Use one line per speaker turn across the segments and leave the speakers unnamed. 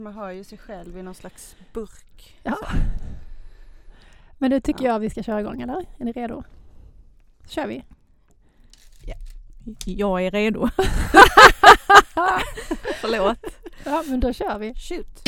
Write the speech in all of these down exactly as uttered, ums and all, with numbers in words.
Man hör ju sig själv i någon slags burk.
Ja. Men nu tycker ja. jag vi ska köra igång, eller? Är ni redo? Kör vi?
Ja. Jag är redo. Förlåt.
Ja, men då kör vi.
Shoot.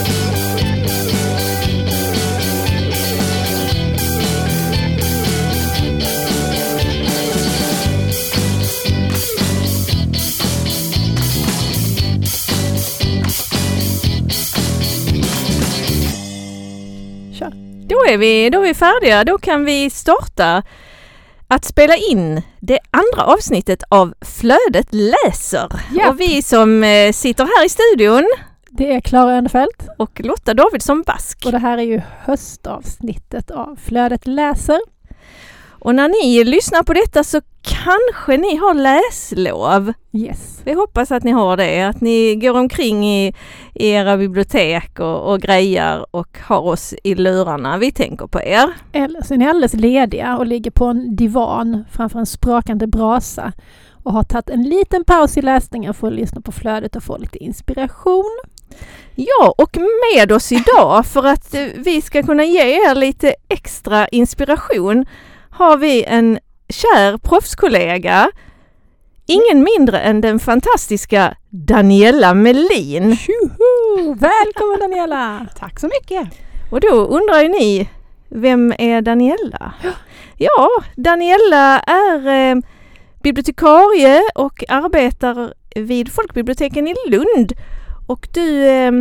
Då är, vi, då är vi färdiga. Då kan vi starta att spela in det andra avsnittet av Flödet läser. Yep. Och vi som eh, sitter här i studion.
Det är Klara Önefelt.
Och Lotta Davidsson Bask.
Och det här är ju höstavsnittet av Flödet läser. Och
när ni lyssnar på detta så kanske ni har läslov.
Yes.
Vi hoppas att ni har det. Att ni går omkring i, i era bibliotek och, och grejer och har oss i lurarna. Vi tänker på er.
Eller så är ni alldeles lediga och ligger på en divan framför en sprakande brasa och har tagit en liten paus i läsningen för att lyssna på Flödet och få lite inspiration.
Ja, och med oss idag för att vi ska kunna ge er lite extra inspiration har vi en kär proffskollega, ingen mindre än den fantastiska Daniela Melin.
Tjoho! Välkommen Daniela!
Tack så mycket!
Och då undrar ju ni, vem är Daniela? Ja, ja Daniela är eh, bibliotekarie och arbetar vid Folkbiblioteken i Lund. Och du... Eh,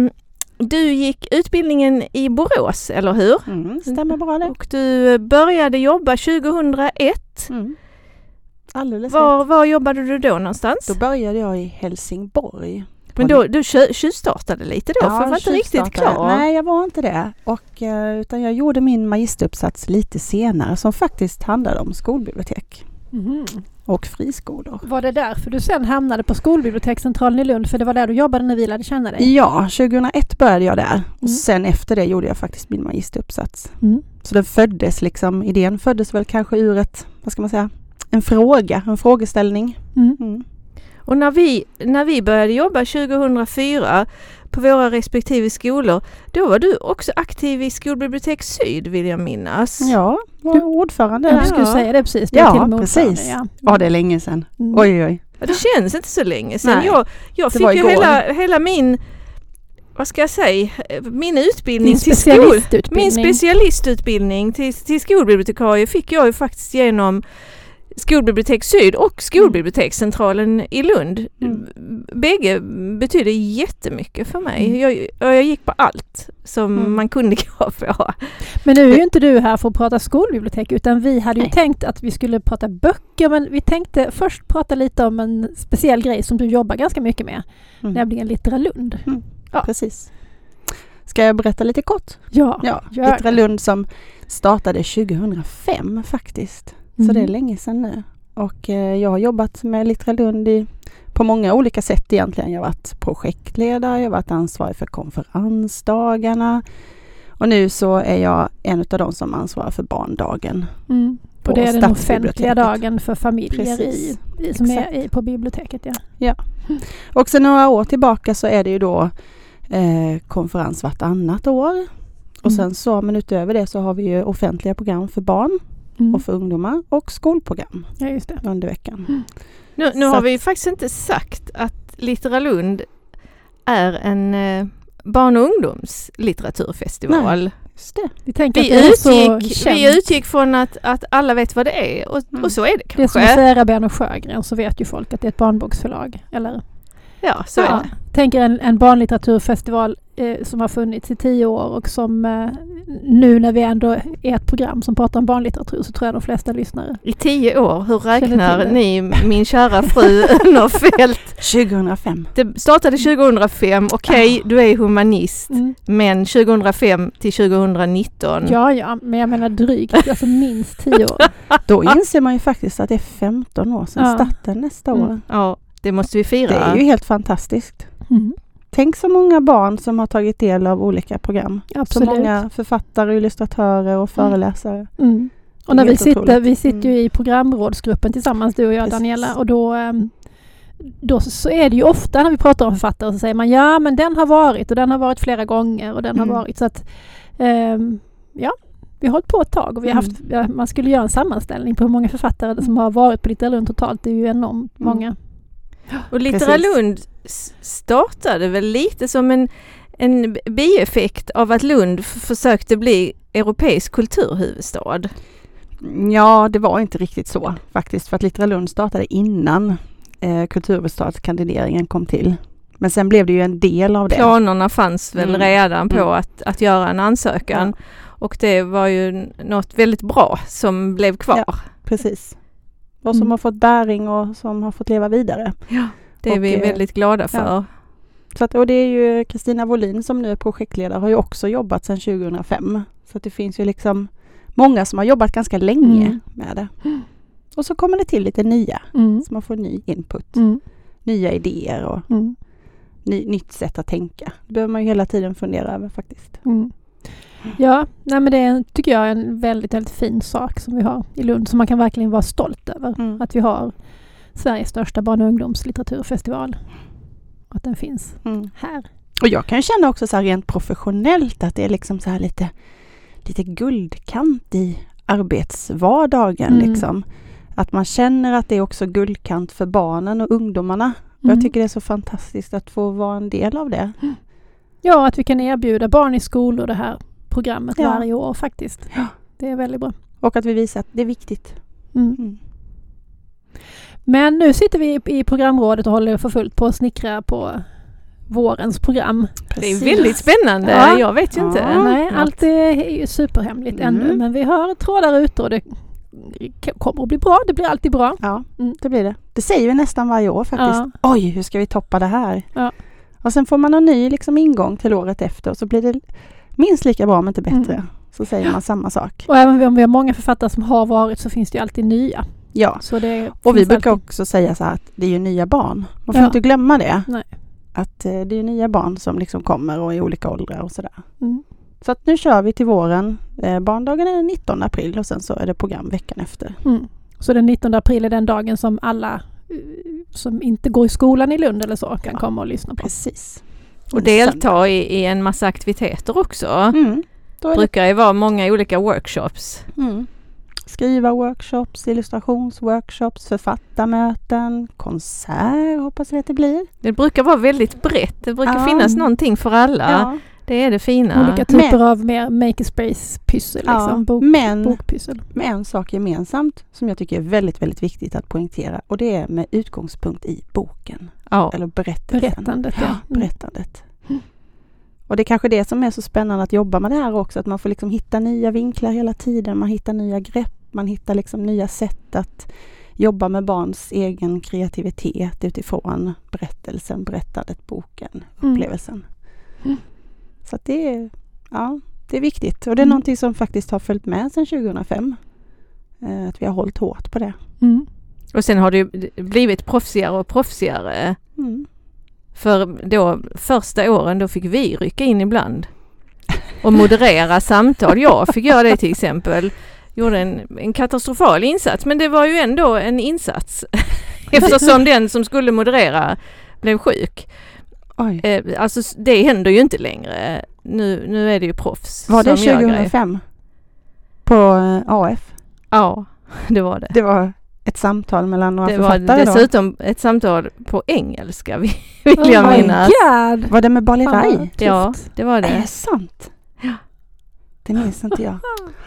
Du gick utbildningen i Borås, eller hur?
Mm, stämmer bra det.
Och du började jobba tjugohundraett. Mm.
Alldeles
var, var jobbade du då någonstans?
Då började jag i Helsingborg.
Men då, du tjuvstartade lite då, ja, för jag var inte riktigt klar.
Nej, jag var inte det. Och, utan jag gjorde min magisteruppsats lite senare som faktiskt handlade om skolbibliotek. Mm. Och friskolor.
Var det därför du sen hamnade på skolbibliotekscentralen i Lund? För det var där du jobbade när vi lärde känna dig?
Ja, tjugohundraett började jag där. Mm. Och sen efter det gjorde jag faktiskt min magisteruppsats. Mm. Så den föddes liksom, idén föddes väl kanske ur ett, vad ska man säga, en fråga, en frågeställning. Mm. Mm.
Och när vi, när vi började jobba tjugohundrafyra på våra respektive skolor, då var du också aktiv i Skolbibliotek Syd, vill jag minnas.
Ja, var du, ordförande.
Ja, du skulle ja. säga det precis. Det
ja, till precis. Ja. ja, det är länge sedan. Mm. Oj, oj.
Ja, det känns inte så länge sedan. Jag, jag fick ju hela, hela min, vad ska jag säga, min utbildning till skol, min specialistutbildning till, till skolbibliotekarie fick jag ju faktiskt genom Skolbibliotek Syd och Skolbibliotekscentralen i Lund. Mm. Bägge betyder jättemycket för mig. Mm. Jag, jag gick på allt som mm. man kunde gå på.
Men nu är ju inte du här för att prata skolbibliotek, utan vi hade ju Nej. tänkt att vi skulle prata böcker, men vi tänkte först prata lite om en speciell grej som du jobbar ganska mycket med, mm. nämligen Littera Lund.
Mm. Ja. Precis. Ska jag berätta lite kort?
Ja,
ja Littera Lund som startade tjugohundrafem faktiskt. Så mm. det är länge sedan nu. Och eh, jag har jobbat med Littera Lund i, på många olika sätt egentligen. Jag har varit projektledare, jag har varit ansvarig för konferensdagarna. Och nu så är jag en av de som ansvarar för barndagen.
Mm. Och det är den offentliga dagen för familjer i, i, som Exakt. är i, på biblioteket. Ja.
Ja. Och sen några år tillbaka så är det ju då eh, konferens vartannat år. Och mm. sen så, men utöver det så har vi ju offentliga program för barn. Mm. Och för ungdomar och skolprogram
ja, just det.
under veckan.
Mm. Nu, nu har vi faktiskt inte sagt att Littera Lund är en eh, barn- och ungdomslitteraturfestival.
Nej, just det.
Vi, tänker
vi,
att det
utgick,
är så
vi utgick från att, att alla vet vad det är och, mm. och så är det kanske.
Det är som att säga Rabén och Sjögren, så vet ju folk att det är ett barnboksförlag, eller?
Ja, så ja. är det.
Tänker en, en barnlitteraturfestival eh, som har funnits i tio år och som eh, nu när vi ändå är ett program som pratar om barnlitteratur, så tror jag de flesta lyssnare.
I tio år, hur räknar ni, min kära fru Önefelt?
tjugohundrafem.
Det startade tjugohundrafem, okej, okay, du är humanist, mm. men tjugohundrafem till tjugohundranitton.
Ja, ja, men jag menar drygt, alltså minst tio år.
Då inser man ju faktiskt att det är femton år sedan ja. starten nästa år.
Mm. Ja. Det måste vi fira.
Det är ju helt fantastiskt. Mm. Tänk så många barn som har tagit del av olika program.
Absolut.
Så många författare, illustratörer och föreläsare.
Mm. Och när vi sitter, vi sitter ju i programrådsgruppen tillsammans, du och jag, Precis. Daniela. Och då, då så är det ju ofta när vi pratar om författare så säger man ja men den har varit och den har varit flera gånger och den mm. har varit så att um, ja, vi har hållit på ett tag och vi har haft, ja, man skulle göra en sammanställning på hur många författare som har varit på Littra Lund totalt, det är ju enormt mm. många.
Och Littra Lund startade väl lite som en, en bieffekt av att Lund f- försökte bli europeisk kulturhuvudstad.
Ja, det var inte riktigt så faktiskt, för att Littra Lund startade innan eh, kulturhuvudstadskandideringen kom till. Men sen blev det ju en del av det.
Planerna fanns väl mm. redan på mm. att, att göra en ansökan.
Ja.
Och det var ju något väldigt bra som blev kvar.
Ja, precis. Och som mm. har fått bäring och som har fått leva vidare.
Ja, det är och, vi väldigt glada för. Ja.
Så att, och det är ju Kristina Wåhlin som nu är projektledare, har ju också jobbat sedan tjugohundrafem. Så att det finns ju liksom många som har jobbat ganska länge mm. med det. Mm. Och så kommer det till lite nya. Mm. Så man får ny input. Mm. Nya idéer och mm. ny, nytt sätt att tänka. Det behöver man ju hela tiden fundera över faktiskt.
Mm. Ja, nej men det är, tycker jag är en väldigt, väldigt fin sak som vi har i Lund. Som man kan verkligen vara stolt över. Mm. Att vi har Sveriges största barn- och ungdomslitteraturfestival. Att den finns mm. här.
Och jag kan känna också så här rent professionellt att det är liksom så här lite, lite guldkant i arbetsvardagen. Mm. Liksom. Att man känner att det är också guldkant för barnen och ungdomarna. Mm. Och jag tycker det är så fantastiskt att få vara en del av det.
Mm. Ja, att vi kan erbjuda barn i skolor det här programmet ja. varje år faktiskt.
Ja.
Det är väldigt bra.
Och att vi visar att det är viktigt.
Mm. Mm. Men nu sitter vi i programrådet och håller för fullt på att snickra på vårens program.
Precis. Det är väldigt spännande. Ja. Jag vet ju ja. inte.
Nej, allt är ju superhemligt mm. ännu. Men vi har trådar ute och det kommer att bli bra. Det blir alltid bra.
Ja, mm. det blir det. Det säger vi nästan varje år faktiskt. Ja. Oj, hur ska vi toppa det här? Ja. Och sen får man en ny liksom, ingång till året efter och så blir det minst lika bra men inte bättre. Mm. Så säger man samma sak.
Och även om vi har många författare som har varit så finns det ju alltid nya.
Ja,
så det
och vi brukar alltid också säga så här att det är ju nya barn. Man får ja. inte glömma det.
Nej.
Att eh, det är nya barn som liksom kommer och i olika åldrar och sådär. Mm. Så att nu kör vi till våren. Eh, barndagen är den nittonde april och sen så är det program veckan efter.
Mm. Så den nittonde april är den dagen som alla som inte går i skolan i Lund eller så kan ja. komma och lyssna på.
Precis.
Och delta i, i en massa aktiviteter också. Mm. Det brukar ju vara många olika workshops.
Mm. Skriva workshops, illustrationsworkshops, författarmöten, konsert hoppas vi att det blir.
Det brukar vara väldigt brett. Det brukar ja. finnas någonting för alla. Ja. Det är det fina.
Olika typer men, av mer make-a-space-pyssel.
Ja,
liksom. Bok,
men
bokpyssel.
med en sak gemensamt som jag tycker är väldigt, väldigt viktigt att poängtera. Och det är med utgångspunkt i boken.
Ja.
Eller berättelsen.
Berättandet. Ja.
Ja, berättandet. Mm. Och det är kanske det som är så spännande att jobba med det här också. Att man får liksom hitta nya vinklar hela tiden. Man hittar nya grepp. Man hittar liksom nya sätt att jobba med barns egen kreativitet utifrån berättelsen, berättandet, boken, upplevelsen. Mm. Mm. Så att det är, ja, det är viktigt. Och det är mm. någonting som faktiskt har följt med sedan tjugohundrafem. Eh, att vi har hållit hårt på det.
Mm. Och sen har det blivit proffsigare och proffsigare. Mm. För då, första åren då fick vi rycka in ibland. Och moderera samtal. Jag fick göra det till exempel. Gjorde en, en katastrofal insats. Men det var ju ändå en insats. Eftersom den som skulle moderera blev sjuk.
Oj.
Eh, alltså det händer ju inte längre. Nu, nu är det ju proffs.
Var det tjugohundrafem? På eh, A F?
Ja, det var det.
Det var ett samtal mellan några
det
författare
var dessutom då? Ett samtal på engelska vill
oh
jag minnas.
God.
Var det med Bali Rai?
Ja, det var det.
Är det sant?
Ja.
Det minns inte jag.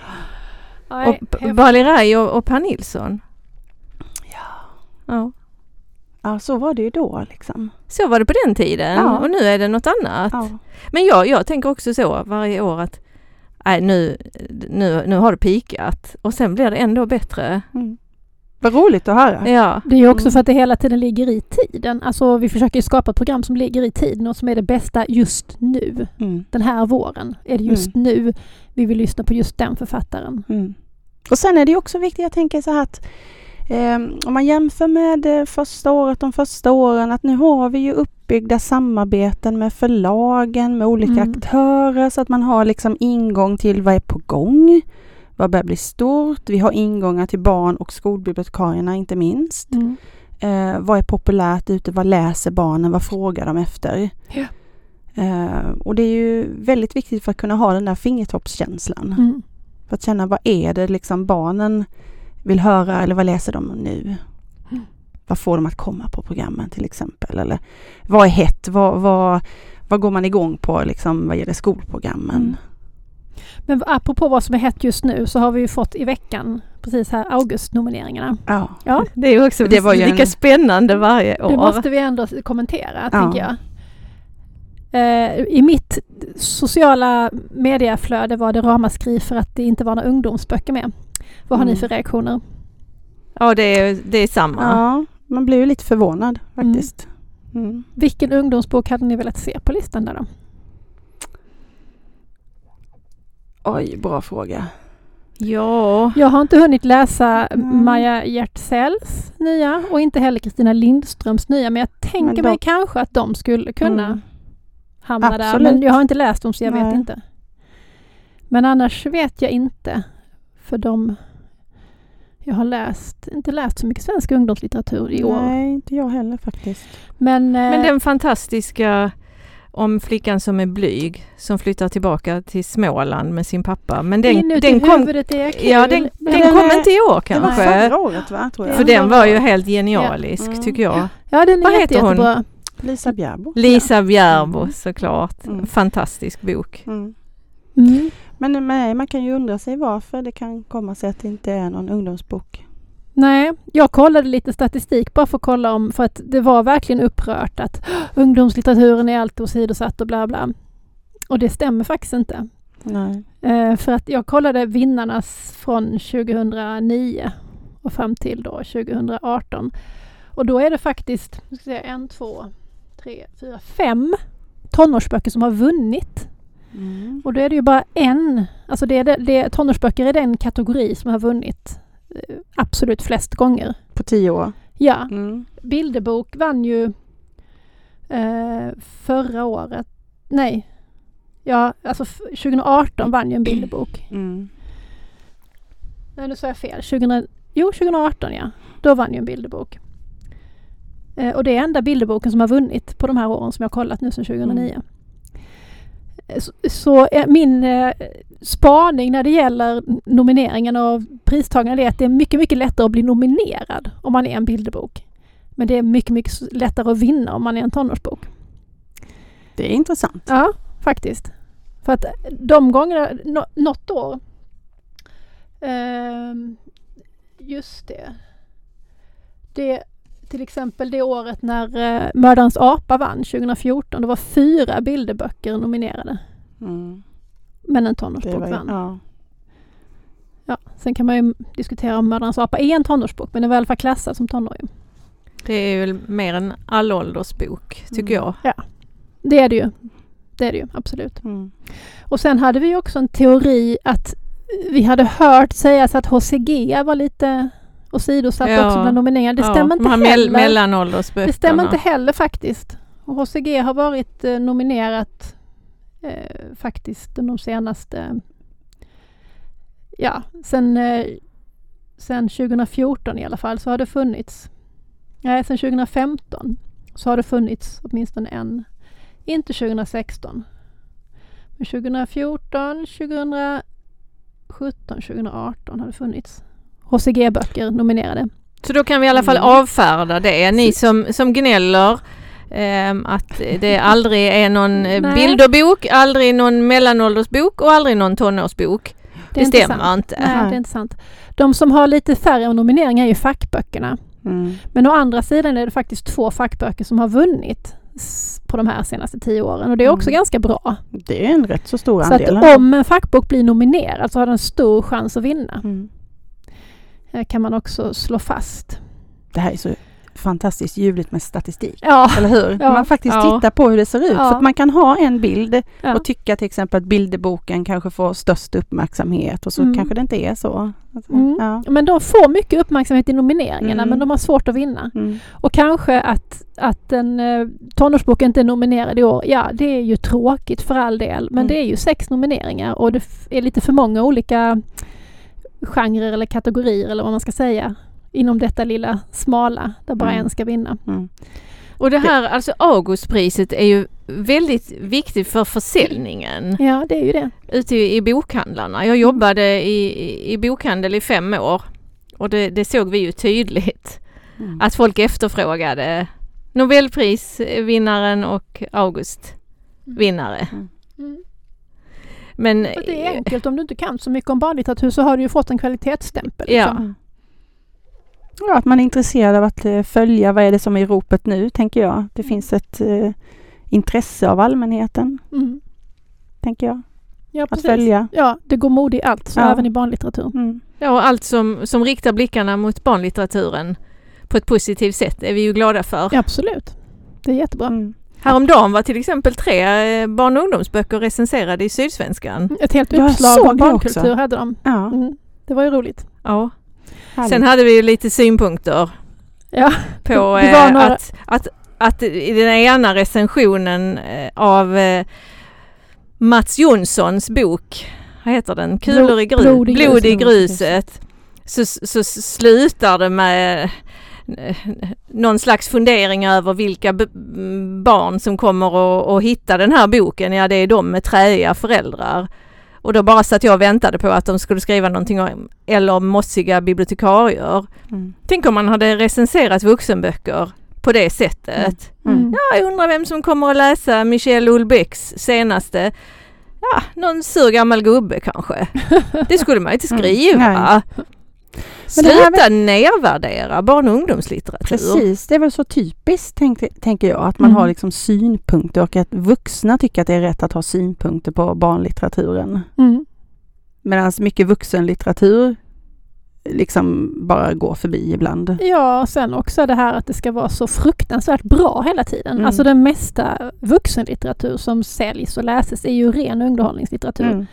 Och Bali Rai och, och Per Nilsson.
Ja.
Ja.
Ja, så var det ju då liksom.
Så var det på den tiden. Ja. Och nu är det något annat. Ja. Men jag, jag tänker också så varje år att nej, nu, nu, nu har det pikat. Och sen blir det ändå bättre.
Mm. Vad roligt att höra.
Ja.
Det är ju också för att det hela tiden ligger i tiden. Alltså vi försöker skapa ett program som ligger i tiden och som är det bästa just nu. Mm. Den här våren är det just mm. nu vi vill lyssna på just den författaren.
Mm. Och sen är det också viktigt, jag tänker så här att eh, om man jämför med eh, första året, de första åren, att nu har vi ju uppbyggda samarbeten med förlagen, med olika mm. aktörer så att man har liksom ingång till vad är på gång. Vad börjar bli stort. Vi har ingångar till barn- och skolbibliotekarierna inte minst. Mm. Eh, vad är populärt ute? Vad läser barnen? Vad frågar de efter?
Ja.
Eh, och det är ju väldigt viktigt för att kunna ha den där fingertoppskänslan.
Mm.
För att känna vad är det liksom barnen vill höra eller vad läser de nu? Mm. Vad får de att komma på programmen till exempel? Eller vad är hett? Vad, vad, vad går man igång på liksom, vad gäller skolprogrammen? Mm.
Men apropå vad som är hett just nu så har vi ju fått i veckan precis här augustnomineringarna.
Ja,
ja. Det är ju också det var ju lika en... spännande varje år.
Det måste vi ändå kommentera, ja. tänker jag. Uh, I mitt sociala medieflöde var det ramaskri för att det inte var några ungdomsböcker med. Vad har mm. ni för reaktioner?
Ja, det är, det är samma.
Ja, man blir ju lite förvånad faktiskt.
Mm. Mm. Vilken ungdomsbok hade ni velat se på listan där då?
Oj, bra fråga.
Ja.
Jag har inte hunnit läsa mm. Maja Hjertzells nya och inte heller Kristina Lindströms nya, men jag tänker men de... mig kanske att de skulle kunna mm. hamna Absolut. där. Men jag har inte läst dem så jag Nej. vet inte. Men annars vet jag inte. För de... Jag har läst, inte läst så mycket svensk ungdomslitteratur i år.
Nej, inte jag heller faktiskt.
Men,
men den fantastiska om flickan som är blyg som flyttar tillbaka till Småland med sin pappa. Men den, den kom, ja, den, den den kom är, inte i år kanske.
Det var förra året, va, tror jag.
För den var ju helt genialisk, ja. tycker jag.
Ja, den är
Vad
jätte,
heter hon?
Jättebra.
Lisa Bjärbo.
Lisa Bjärbo, mm. såklart. Mm. Fantastisk bok.
Mm.
Mm.
Men nej, man kan ju undra sig varför det kan komma sig att det inte är någon ungdomsbok.
Nej, jag kollade lite statistik bara för att kolla om, för att det var verkligen upprört att ungdomslitteraturen är alltid åsidosatt och bla bla. Och det stämmer faktiskt inte.
Nej.
Eh, för att jag kollade vinnarnas från tjugohundranio och fram till då tjugohundraarton. Och då är det faktiskt ska säga, en, två, tre, fyra, fem tonårsböcker som har vunnit. Mm. Och då är det ju bara en, alltså det är det, det, tonårsböcker är den kategori som har vunnit eh, absolut flest gånger.
På tio år?
Ja.
Mm.
Bilderbok vann ju eh, förra året, nej, ja, alltså f- tjugohundraarton vann ju en bilderbok.
Mm.
Nej, nu sa jag fel. tjugo, jo, tjugohundraarton, ja. Då vann ju en bilderbok. Eh, och det är enda bilderboken som har vunnit på de här åren som jag har kollat nu sedan tjugohundranio. Mm. Så, så är min eh, spaning när det gäller nomineringen av pristagarna är att det är mycket, mycket lättare att bli nominerad om man är en bilderbok. Men det är mycket, mycket lättare att vinna om man är en tonårsbok.
Det är intressant.
Ja, faktiskt. För att de gångerna, no, något år, eh, just det, det till exempel det året när uh, Mördarens apa vann tjugohundrafjorton. Det var fyra bilderböcker nominerade. Mm. Men en tonårsbok var, vann. Ja. Ja, sen kan man ju diskutera om Mördarens apa är en tonårsbok. Men den var i alla fall klassad som tonåring.
Det är väl mer en allåldersbok, tycker mm. jag.
Ja, det är det ju. Det är det ju, absolut.
Mm.
Och sen hade vi också en teori att vi hade hört sägas att H C G var lite... och sidosatt ja. också bland nomineringar. Det ja. stämmer inte
de
heller.
Mellanåldersböckerna.
Det stämmer inte heller faktiskt. Och H C G har varit eh, nominerat eh, faktiskt de senaste ja, sen, eh, sen tjugohundrafjorton i alla fall så har det funnits nej, sen tjugohundrafemton så har det funnits åtminstone en, inte tjugohundrasexton men tjugohundrafjorton, tjugohundrasjutton, tjugohundraarton har det funnits H C G-böcker nominerade.
Så då kan vi i alla fall mm. avfärda det. Ni som, som gnäller eh, att det aldrig är någon bilderbok, aldrig någon mellanåldersbok och aldrig någon tonårsbok. Det, det stämmer sant. inte.
Nej, det är inte sant. De som har lite färre nomineringar är ju fackböckerna.
Mm.
Men å andra sidan är det faktiskt två fackböcker som har vunnit på de här senaste tio åren. Och det är också mm. ganska bra.
Det är en rätt så stor
så
andel.
Så att om en fackbok blir nominerad så har den stor chans att vinna.
Mm.
Kan man också slå fast.
Det här är så fantastiskt ljuvligt med statistik.
Ja.
Eller hur?
Ja.
Man faktiskt
ja.
tittar på hur det ser ut.
Ja.
För att man kan ha en bild
ja.
och tycka till exempel att bilderboken kanske får störst uppmärksamhet och så mm. kanske det inte är så. Alltså,
mm.
ja.
Men de får mycket uppmärksamhet i nomineringarna mm. men de har svårt att vinna.
Mm.
Och kanske att, att en uh, tonårsbok inte är nominerad i år. Ja, det är ju tråkigt för all del. Men mm. det är ju sex nomineringar och det f- är lite för många olika genrer eller kategorier eller vad man ska säga inom detta lilla smala där bara mm. en ska vinna. Mm.
Och det här, alltså Augustpriset är ju väldigt viktigt för försäljningen.
Ja, det är ju det.
Ute i, i bokhandlarna. Jag jobbade i, i, i bokhandel i fem år och det, det såg vi ju tydligt. Mm. Att folk efterfrågade Nobelprisvinnaren och Augustvinnare. Mm. Mm. Men
och det är enkelt, om du inte kan så mycket om barnlitteratur så har du ju fått en kvalitetsstämpel. Liksom.
Ja. Ja, att man är intresserad av att uh, följa vad är det som är i ropet nu, tänker jag. Det mm. finns ett uh, intresse av allmänheten, mm. tänker jag.
Ja,
att följa.
Ja, det går mod i allt, så ja. Även i barnlitteratur.
Mm. Ja, och allt som, som riktar blickarna mot barnlitteraturen på ett positivt sätt är vi ju glada för.
Ja, absolut. Det är jättebra. Mm.
Häromdagen var till exempel tre barn- och ungdomsböcker recenserade i Sydsvenskan.
Ett helt uppslag om barnkultur också. Hade de. Ja. Mm. Det var ju roligt.
Ja. Härligt. Sen hade vi ju lite synpunkter
ja.
på eh, några... att, att, att i den ena recensionen eh, av eh, Mats Jonssons bok, vad heter den? Kulor i grus, blod i, grus, blod i gruset. Så, så slutar det med någon slags fundering över vilka b- barn som kommer att hitta den här boken. Ja, det är de med träiga föräldrar. Och då bara satt jag och väntade på att de skulle skriva någonting om, eller mossiga bibliotekarier. Mm. Tänk om man hade recenserat vuxenböcker på det sättet. Mm. Mm. Ja, jag undrar vem som kommer att läsa Michel Houellebecqs senaste. Ja, någon sur gammal gubbe kanske. Det skulle man inte skriva. Mm. Sluta väl... nedvärdera barn- och ungdomslitteratur.
Precis, det är väl så typiskt tänk, tänker jag, att man mm. har liksom synpunkter och att vuxna tycker att det är rätt att ha synpunkter på barnlitteraturen. Mm. Medan mycket vuxenlitteratur liksom bara går förbi ibland.
Ja, och sen också det här att det ska vara så fruktansvärt bra hela tiden. Mm. Alltså den mesta vuxenlitteratur som säljs och läses är ju ren underhållningslitteratur. Mm.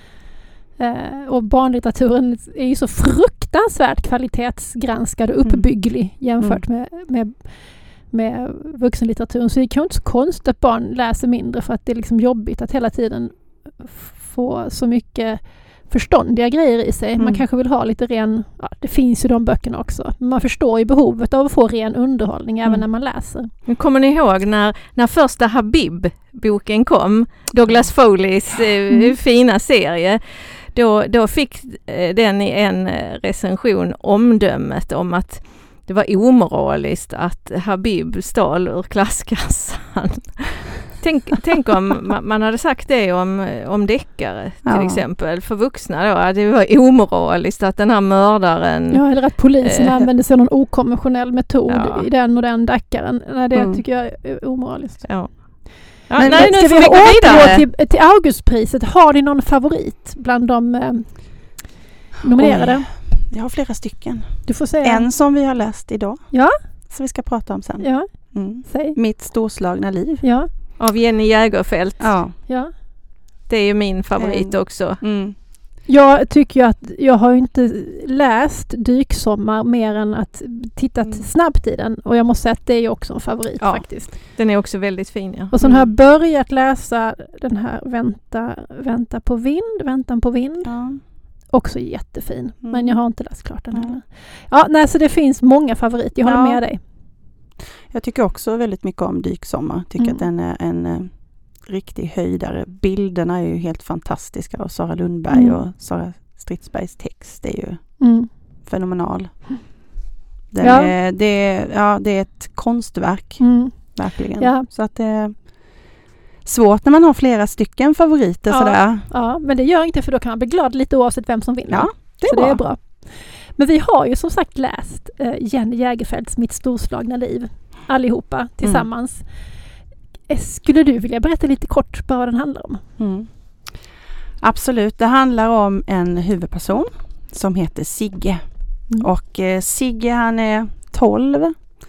Uh, och barnlitteraturen är ju så fruktansvärt kvalitetsgranskad och uppbygglig mm. jämfört mm. med, med, med vuxenlitteraturen. Så det kan ju inte så konstigt att barn läser mindre för att det är liksom jobbigt att hela tiden få så mycket förståndiga grejer i sig. Mm. Man kanske vill ha lite ren, ja, det finns ju de böckerna också. Men man förstår ju behovet av att få ren underhållning mm. även när man läser.
Kommer ni ihåg när, när första Habib-boken kom? Douglas Foleys eh, mm. fina serie. Då, då fick den i en recension omdömet om att det var omoraliskt att Habib stal ur klasskassan. Tänk, tänk om man hade sagt det om, om deckare till ja. exempel för vuxna då, att det var omoraliskt att den här mördaren...
Ja, eller att polisen äh, använde sig av någon okonventionell metod ja. i den och den deckaren. Nej, det mm. tycker jag är omoraliskt.
Ja.
Ja, men, nej, nu ska vi återgå till, till Augustpriset. Har ni någon favorit bland de eh, nominerade? Oj,
jag har flera stycken.
Du får säga.
En som vi har läst idag.
Ja.
Som vi ska prata om sen.
Ja.
Mm. Säg. Mitt storslagna liv.
Ja.
Av Jenny Jägerfeld.
Ja.
Ja.
Det är ju min favorit mm. också.
Mm. Jag tycker ju att jag har inte läst Dyksommar mer än att tittat mm. Snabbtiden. Och jag måste säga att det är ju också en favorit ja. faktiskt.
Den är också väldigt fin, ja.
Och sen mm. har jag börjat läsa den här Vänta, vänta på vind, Väntan på vind. Ja. Också jättefin. Mm. Men jag har inte läst klart den mm. heller. Ja, nej, så det finns många favoriter. Jag håller ja. med dig.
Jag tycker också väldigt mycket om Dyksommar. Tycker mm. att den är en uh, riktig höjdare. Bilderna är ju helt fantastiska. Och Sara Lundberg mm. och Sara Stridsbergs text är ju mm. fenomenal. Den ja. Är, det, ja, det är ett konstverk. Mm. Verkligen. Ja. Så att det är svårt när man har flera stycken favoriter.
Ja.
Sådär.
Ja, men det gör inte, för då kan man bli glad lite oavsett vem som vinner.
Ja, det är,
Så
bra.
det är bra. Men vi har ju som sagt läst uh, Jenny Jägerfelds Mitt storslagna liv. Allihopa tillsammans. Mm. Skulle du vilja berätta lite kort vad den handlar om?
Mm. Absolut. Det handlar om en huvudperson som heter Sigge. Mm. Och eh, Sigge, han är tolv.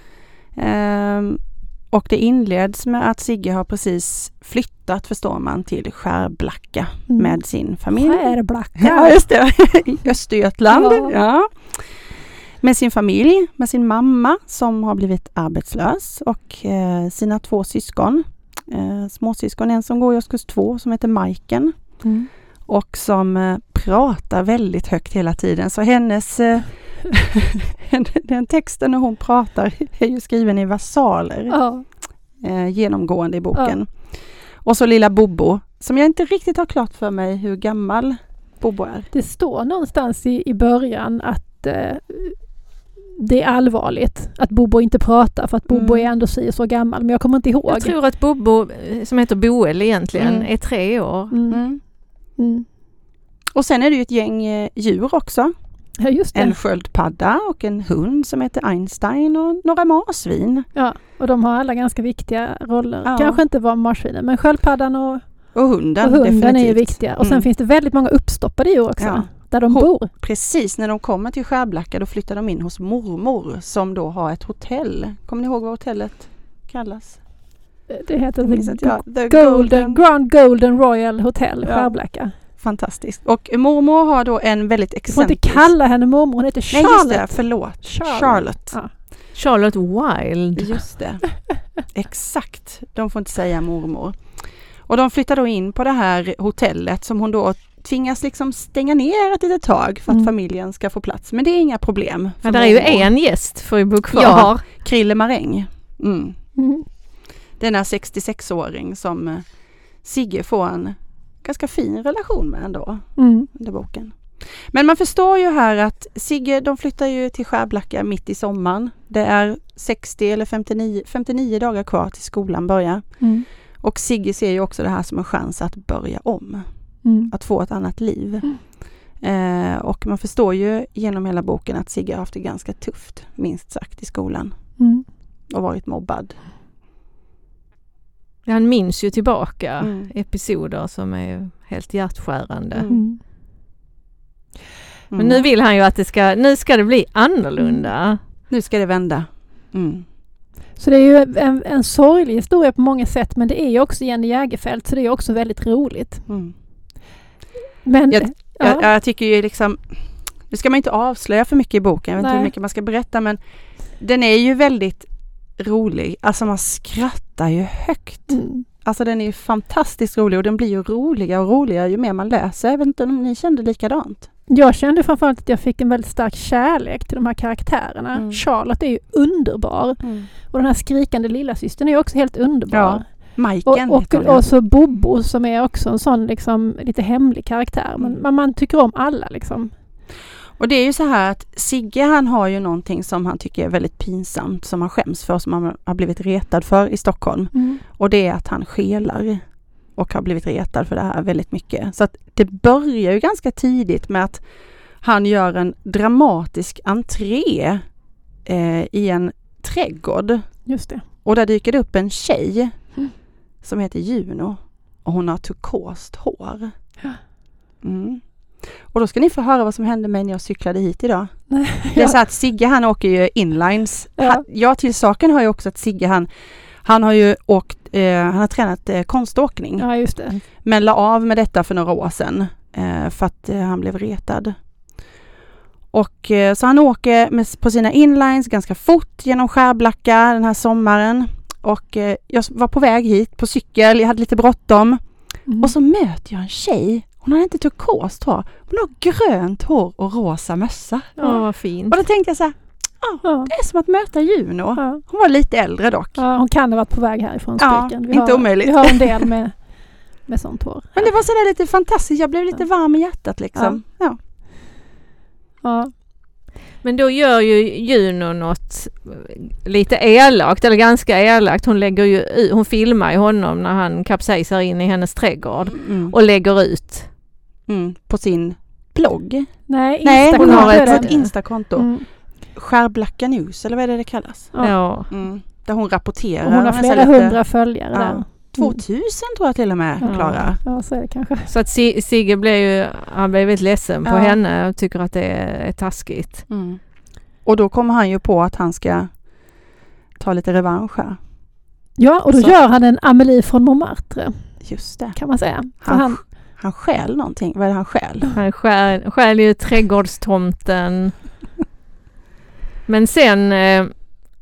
Ehm, och det inleds med att Sigge har precis flyttat, förstår man, till Skärblacka mm. med sin familj.
Skärblacka?
Ja, just det. I Östergötland. Ja. Ja. Med sin familj, med sin mamma som har blivit arbetslös och eh, sina två syskon. Eh, småsyskon, en som går i årskurs två som heter Majken. Mm. Och som eh, pratar väldigt högt hela tiden. Så hennes eh, den texten när hon pratar är ju skriven i versaler.
Ja.
Eh, genomgående i boken. Ja. Och så lilla Bobo, som jag inte riktigt har klart för mig hur gammal Bobo är.
Det står någonstans i, i början att eh, det är allvarligt att Bobo inte pratar för att Bobo mm. är ändå så, så gammal. Men jag kommer inte ihåg.
Jag tror att Bobo, som heter Boel egentligen, mm. är tre år.
Mm. Mm. Mm.
Och sen är det ju ett gäng eh, djur också.
Ja, just det.
En sköldpadda och en hund som heter Einstein och några marsvin.
Ja, och de har alla ganska viktiga roller. Ja. Kanske inte var marsvinen, men sköldpaddan och,
och hunden,
och hunden
definitivt.
är ju viktiga. Och sen mm. finns det väldigt många uppstoppade djur också. Ja. Där de
Ho-
bor.
Precis, när de kommer till Skärblacka då flyttar de in hos mormor som då har ett hotell. Kommer ni ihåg vad hotellet kallas?
Det heter The,
G- ja, The
Golden, Golden Grand Golden Royal Hotel, ja. Skärblacka.
Fantastiskt. Och mormor har då en väldigt excentrisk...
Du får inte kalla henne mormor, hon heter Charlotte.
Nej, just det, förlåt. Charlotte. Charlotte,
ja. Charlotte Wild.
Just det. Exakt. De får inte säga mormor. Och de flyttar då in på det här hotellet som hon då tvingas liksom stänga ner ett litet tag för att mm. familjen ska få plats. Men det är inga problem.
Ja, där är ju en gäst för att bo kvar.
Ja, Krille Maräng. Mm. Mm. Denna sextiosex-åring som Sigge får en ganska fin relation med ändå mm. under boken. Men man förstår ju här att Sigge, de flyttar ju till Skärblacka mitt i sommaren. Det är sextio eller femtionio, femtionio dagar kvar till skolan börjar. Mm. Och Sigge ser ju också det här som en chans att börja om. Mm. Att få ett annat liv. Mm. Eh, och man förstår ju genom hela boken att Sigge har haft det ganska tufft, minst sagt, i skolan. Mm. Och varit mobbad.
Han minns ju tillbaka mm. episoder som är helt hjärtskärande. Mm. Mm. Men nu vill han ju att det ska, nu ska det bli annorlunda.
Mm. Nu ska det vända. Mm.
Så det är ju en, en sorglig historia på många sätt, men det är ju också Jenny Jägerfeld, så det är också väldigt roligt. Mm. Men
jag, ja. jag, jag tycker ju liksom, nu ska man inte avslöja för mycket i boken, jag vet inte hur mycket man ska berätta, men den är ju väldigt rolig. Alltså man skrattar ju högt. Mm. Alltså den är ju fantastiskt rolig och den blir ju roligare och roligare ju mer man läser. Jag vet inte om ni kände likadant.
Jag kände framförallt att jag fick en väldigt stark kärlek till de här karaktärerna. Mm. Charlotte är ju underbar. Mm. Och den här skrikande lilla systern är ju också helt underbar. Ja,
Majken
och, och, och så Bobo som är också en sån liksom lite hemlig karaktär. Men mm. man, man tycker om alla liksom.
Och det är ju så här att Sigge, han har ju någonting som han tycker är väldigt pinsamt, som han skäms för, som han har blivit retad för i Stockholm. Mm. Och det är att han skelar och har blivit retad för det här väldigt mycket. Så att det börjar ju ganska tidigt med att han gör en dramatisk entré eh, i en trädgård.
Just det.
Och där dyker det upp en tjej mm. som heter Juno. Och hon har turkost hår. Mm. Och då ska ni få höra vad som hände mig när jag cyklade hit idag. ja. Det är så att Sigge, han åker ju inlines. Ja, han, ja till saken har ju också att Sigge, han, han har ju åkt, eh, han har tränat eh, konståkning.
Ja, just det.
Men la av med detta för några år sedan. Eh, för att eh, han blev retad. Och eh, så han åker med, på sina inlines ganska fort genom Skärblacka den här sommaren. Och eh, jag var på väg hit på cykel, jag hade lite bråttom. Mm. Och så möter jag en tjej. Hon har inte turkost hår. Hon har grönt hår och rosa mössa.
Ja, vad fint.
Och då tänkte jag så här, ah, ja. det är som att möta Juno. Ja. Hon var lite äldre dock.
Ja, hon kan ha varit på väg härifrån
ja,
Spiken. Vi
inte
har,
omöjligt.
Vi har en del med, med sånt hår.
Men det var så där lite fantastiskt. Jag blev lite ja. varm i hjärtat liksom. Ja. Ja.
ja.
Men då gör ju Juno något lite elakt, eller ganska elakt. Hon lägger ju, hon filmar ju honom när han kapsejsar in i hennes trädgård mm. och lägger ut.
Mm, på sin blogg.
Nej,
Nej hon har ett, ett Instakonto. Mm. Skärblacka News, eller vad är det det kallas?
Ja. ja.
Mm, där hon rapporterar.
Och hon har flera lite, hundra följare ja, där.
tvåtusen mm. tror jag till och med,
ja.
Klara.
Ja, så är det kanske.
Så att Sigge blev ju, han blev väldigt ledsen på ja. henne och tycker att det är, är taskigt.
Mm. Och då kommer han ju på att han ska ta lite revansch här.
Ja, och då så. gör han en Amélie från Montmartre.
Just det.
Kan man säga.
Han, han Han stjäl någonting. Vad är det han stjäl?
Han stjäl, stjäl ju trädgårdstomten. Men sen eh,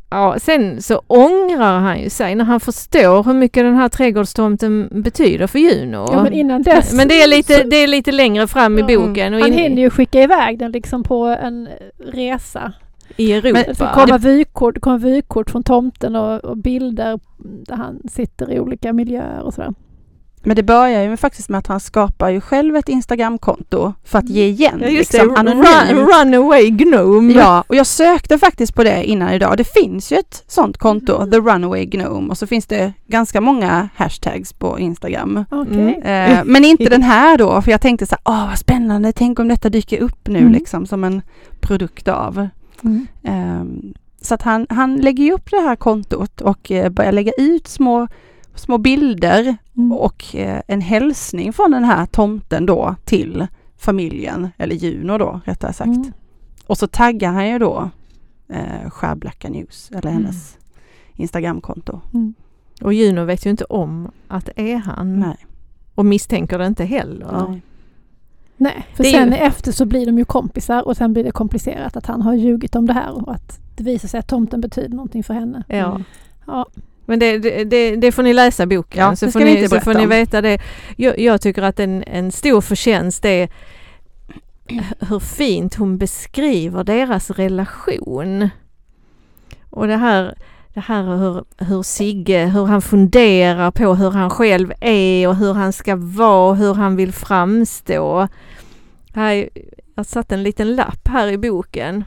Ja, sen så ångrar han ju sig när han förstår hur mycket den här trädgårdstomten betyder för Juno.
Ja, men innan dess...
Men det är lite, det är lite längre fram ja. i boken. Och
han
in...
hinner ju skicka iväg den liksom på en resa.
I Europa.
Men det kommer vykort, det kommer vykort från tomten och, och bilder där han sitter i olika miljöer och sådär.
Men det börjar ju faktiskt med att han skapar ju själv ett Instagramkonto för att ge igen.
Ja, just
liksom,
det. Run, runaway Gnome.
Ja, och jag sökte faktiskt på det innan idag. Det finns ju ett sånt konto, mm. The Runaway Gnome. Och så finns det ganska många hashtags på Instagram.
Okay.
Eh, men inte den här då, för jag tänkte så här, åh vad spännande, tänk om detta dyker upp nu mm. liksom som en produkt av. Mm. Eh, så att han, han lägger ju upp det här kontot och eh, börjar lägga ut små små bilder mm. och eh, en hälsning från den här tomten då till familjen, eller Juno då rättare sagt. Mm. Och så taggar han ju då eh, Skärblacka News, eller mm. hennes Instagramkonto.
Mm. Och Juno vet ju inte om att det är han.
Nej.
Och misstänker det inte heller.
Nej, Nej för det sen ju... efter så blir de ju kompisar och sen blir det komplicerat att han har ljugit om det här och att det visar sig att tomten betyder någonting för henne.
Ja.
Mm. Ja.
Men det, det, det får ni läsa boken,
ja,
så, får ni, så får ni veta det. Jag, jag tycker att en, en stor förtjänst är hur fint hon beskriver deras relation. Och det här, det här hur, hur Sigge, hur han funderar på hur han själv är och hur han ska vara, hur han vill framstå. Här, jag har satt en liten lapp här i boken.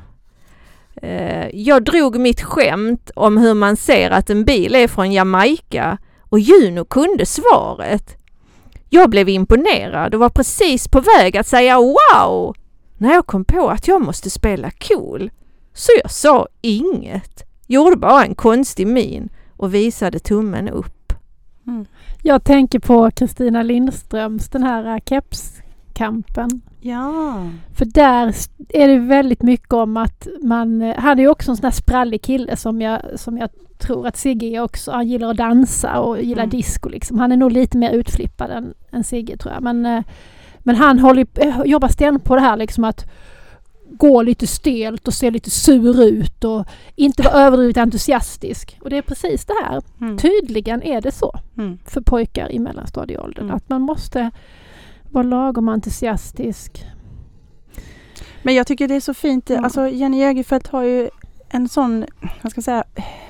Jag drog mitt skämt om hur man ser att en bil är från Jamaica och Juno kunde svaret. Jag blev imponerad och var precis på väg att säga wow när jag kom på att jag måste spela cool. Så jag sa inget. Gjorde bara en konstig min och visade tummen upp.
Mm. Jag tänker på Kristina Lindströms den här kepskampen.
Ja.
För där är det väldigt mycket om att man hade ju också en sån här sprallig kille som jag, som jag tror att Sigge är också. Han gillar att dansa och gillar mm. disco liksom. Han är nog lite mer utflippad än, än Sigge tror jag. Men, men han håller, jobbar stenhårt på det här liksom att gå lite stelt och se lite sur ut och inte vara överdrivet entusiastisk. Och det är precis det här. Mm. Tydligen är det så mm. för pojkar i mellanstadieåldern. Mm. Att man måste var lagom entusiastisk.
Men jag tycker det är så fint. Ja. Alltså Jenny Jägerfeldt har ju en sån, jag ska säga,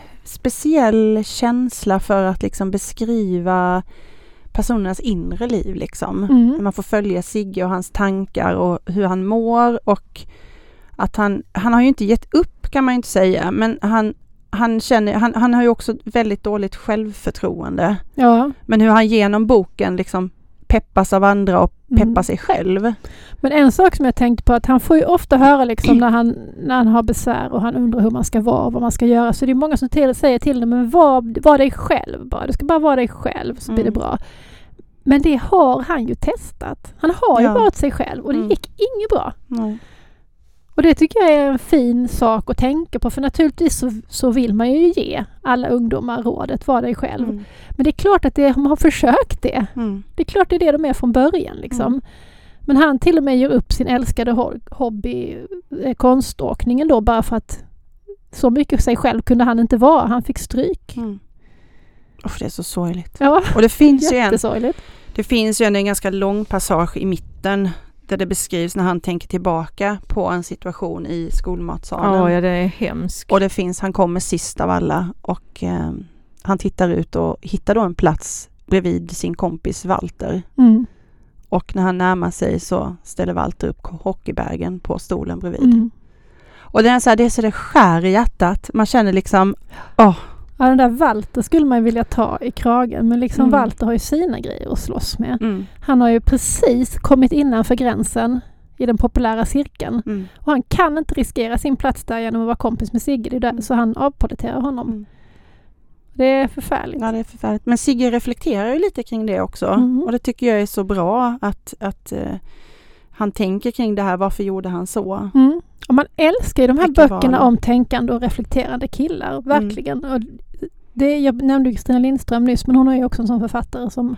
speciell känsla för att liksom beskriva personernas inre liv liksom. Mm. Man får följa Sigge och hans tankar och hur han mår och att han, han har ju inte gett upp kan man ju inte säga, men han Han, känner, han, han har ju också väldigt dåligt självförtroende.
Ja.
Men hur han genom boken liksom peppas av andra och peppar mm. sig själv.
Men en sak som jag tänkte på att han får ju ofta höra liksom när han, när han har besvär och han undrar hur man ska vara och vad man ska göra. Så det är många som till, säger till dem, men var, var dig själv bara. Du ska bara vara dig själv så mm. blir det bra. Men det har han ju testat. Han har ju ja. varit sig själv och det mm. gick inget bra.
Nej.
Och det tycker jag är en fin sak att tänka på. För naturligtvis så, så vill man ju ge alla ungdomar rådet, var dig själv. Mm. Men det är klart att det, de har försökt det. Mm. Det är klart det är det de är från början. Liksom. Mm. Men han till och med ger upp sin älskade hobby, eh, konståkningen då, bara för att så mycket sig själv kunde han inte vara. Han fick stryk.
Mm. Oh, det är så sorgligt.
Ja,
och det finns ju en,
jättesorgligt.
det finns ju en, en ganska lång passage i mitten där det beskrivs när han tänker tillbaka på en situation i skolmatsalen.
Oh, ja, det är hemskt.
Och det finns, han kommer sist av alla och eh, han tittar ut och hittar då en plats bredvid sin kompis Walter.
Mm.
Och när han närmar sig så ställer Walter upp hockeybagen på stolen bredvid.
Mm.
Och det är så här, det är så det skär i hjärtat. Man känner liksom, åh. Oh.
Ja, den där Walter skulle man ju vilja ta i kragen. Men liksom mm. Walter har ju sina grejer att slåss med.
Mm.
Han har ju precis kommit innanför gränsen i den populära cirkeln.
Mm.
Och han kan inte riskera sin plats där genom att vara kompis med Sigge. Det är där, mm. Så han avpoliterar honom. Mm. Det är förfärligt.
Ja, det är förfärligt. Men Sigge reflekterar ju lite kring det också. Mm. Och det tycker jag är så bra att, att uh, han tänker kring det här. Varför gjorde han så?
Mm. Och man älskar ju de här
Vilka
böckerna
val.
om tänkande och reflekterande killar. Verkligen. Mm. Och det, jag nämnde Kristina Lindström nyss, men hon är ju också en sån författare som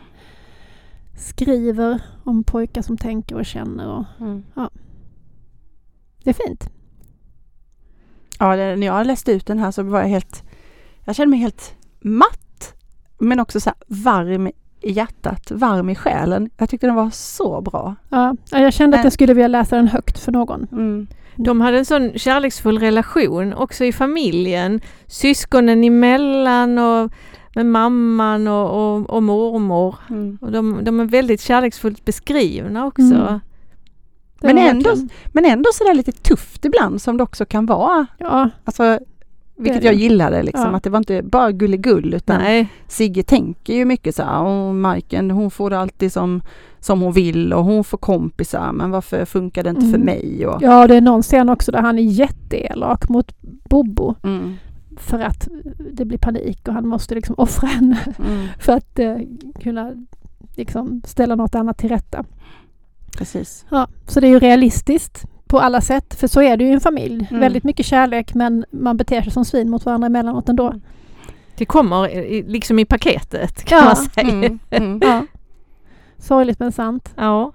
skriver om pojkar som tänker och känner. Och,
mm.
ja. Det är fint.
Ja, det, när jag läste ut den här så var jag helt, jag kände mig helt matt, men också så här varm i hjärtat, varm i själen. Jag tyckte den var så bra.
Ja, jag kände att jag skulle vilja läsa den högt för någon.
Mm.
De hade en sån kärleksfull relation också i familjen. Syskonen emellan och med mamman och, och, och mormor. Mm. Och de, de är väldigt kärleksfullt beskrivna också. Mm.
Men ändå, men ändå så där lite tufft ibland som det också kan vara.
Ja.
Alltså, vilket jag gillade liksom, ja. Att det var inte bara gulligull utan
Nej.
Sigge tänker ju mycket så här, och Majken, hon får det alltid som, som hon vill och hon får kompisar, men varför funkar det inte mm. för mig? Och...
Ja, det är någon scen också där han är jätteelak mot Bobo
mm.
för att det blir panik och han måste liksom offra henne mm. för att eh, kunna liksom ställa något annat till rätta.
Precis.
Ja, så det är ju realistiskt på alla sätt, för så är det ju i en familj. Mm. Väldigt mycket kärlek, men man beter sig som svin mot varandra emellanåt ändå.
Det kommer liksom i paketet, kan
ja.
man säga.
Mm. Mm.
Ja. Sorgligt men sant.
Ja.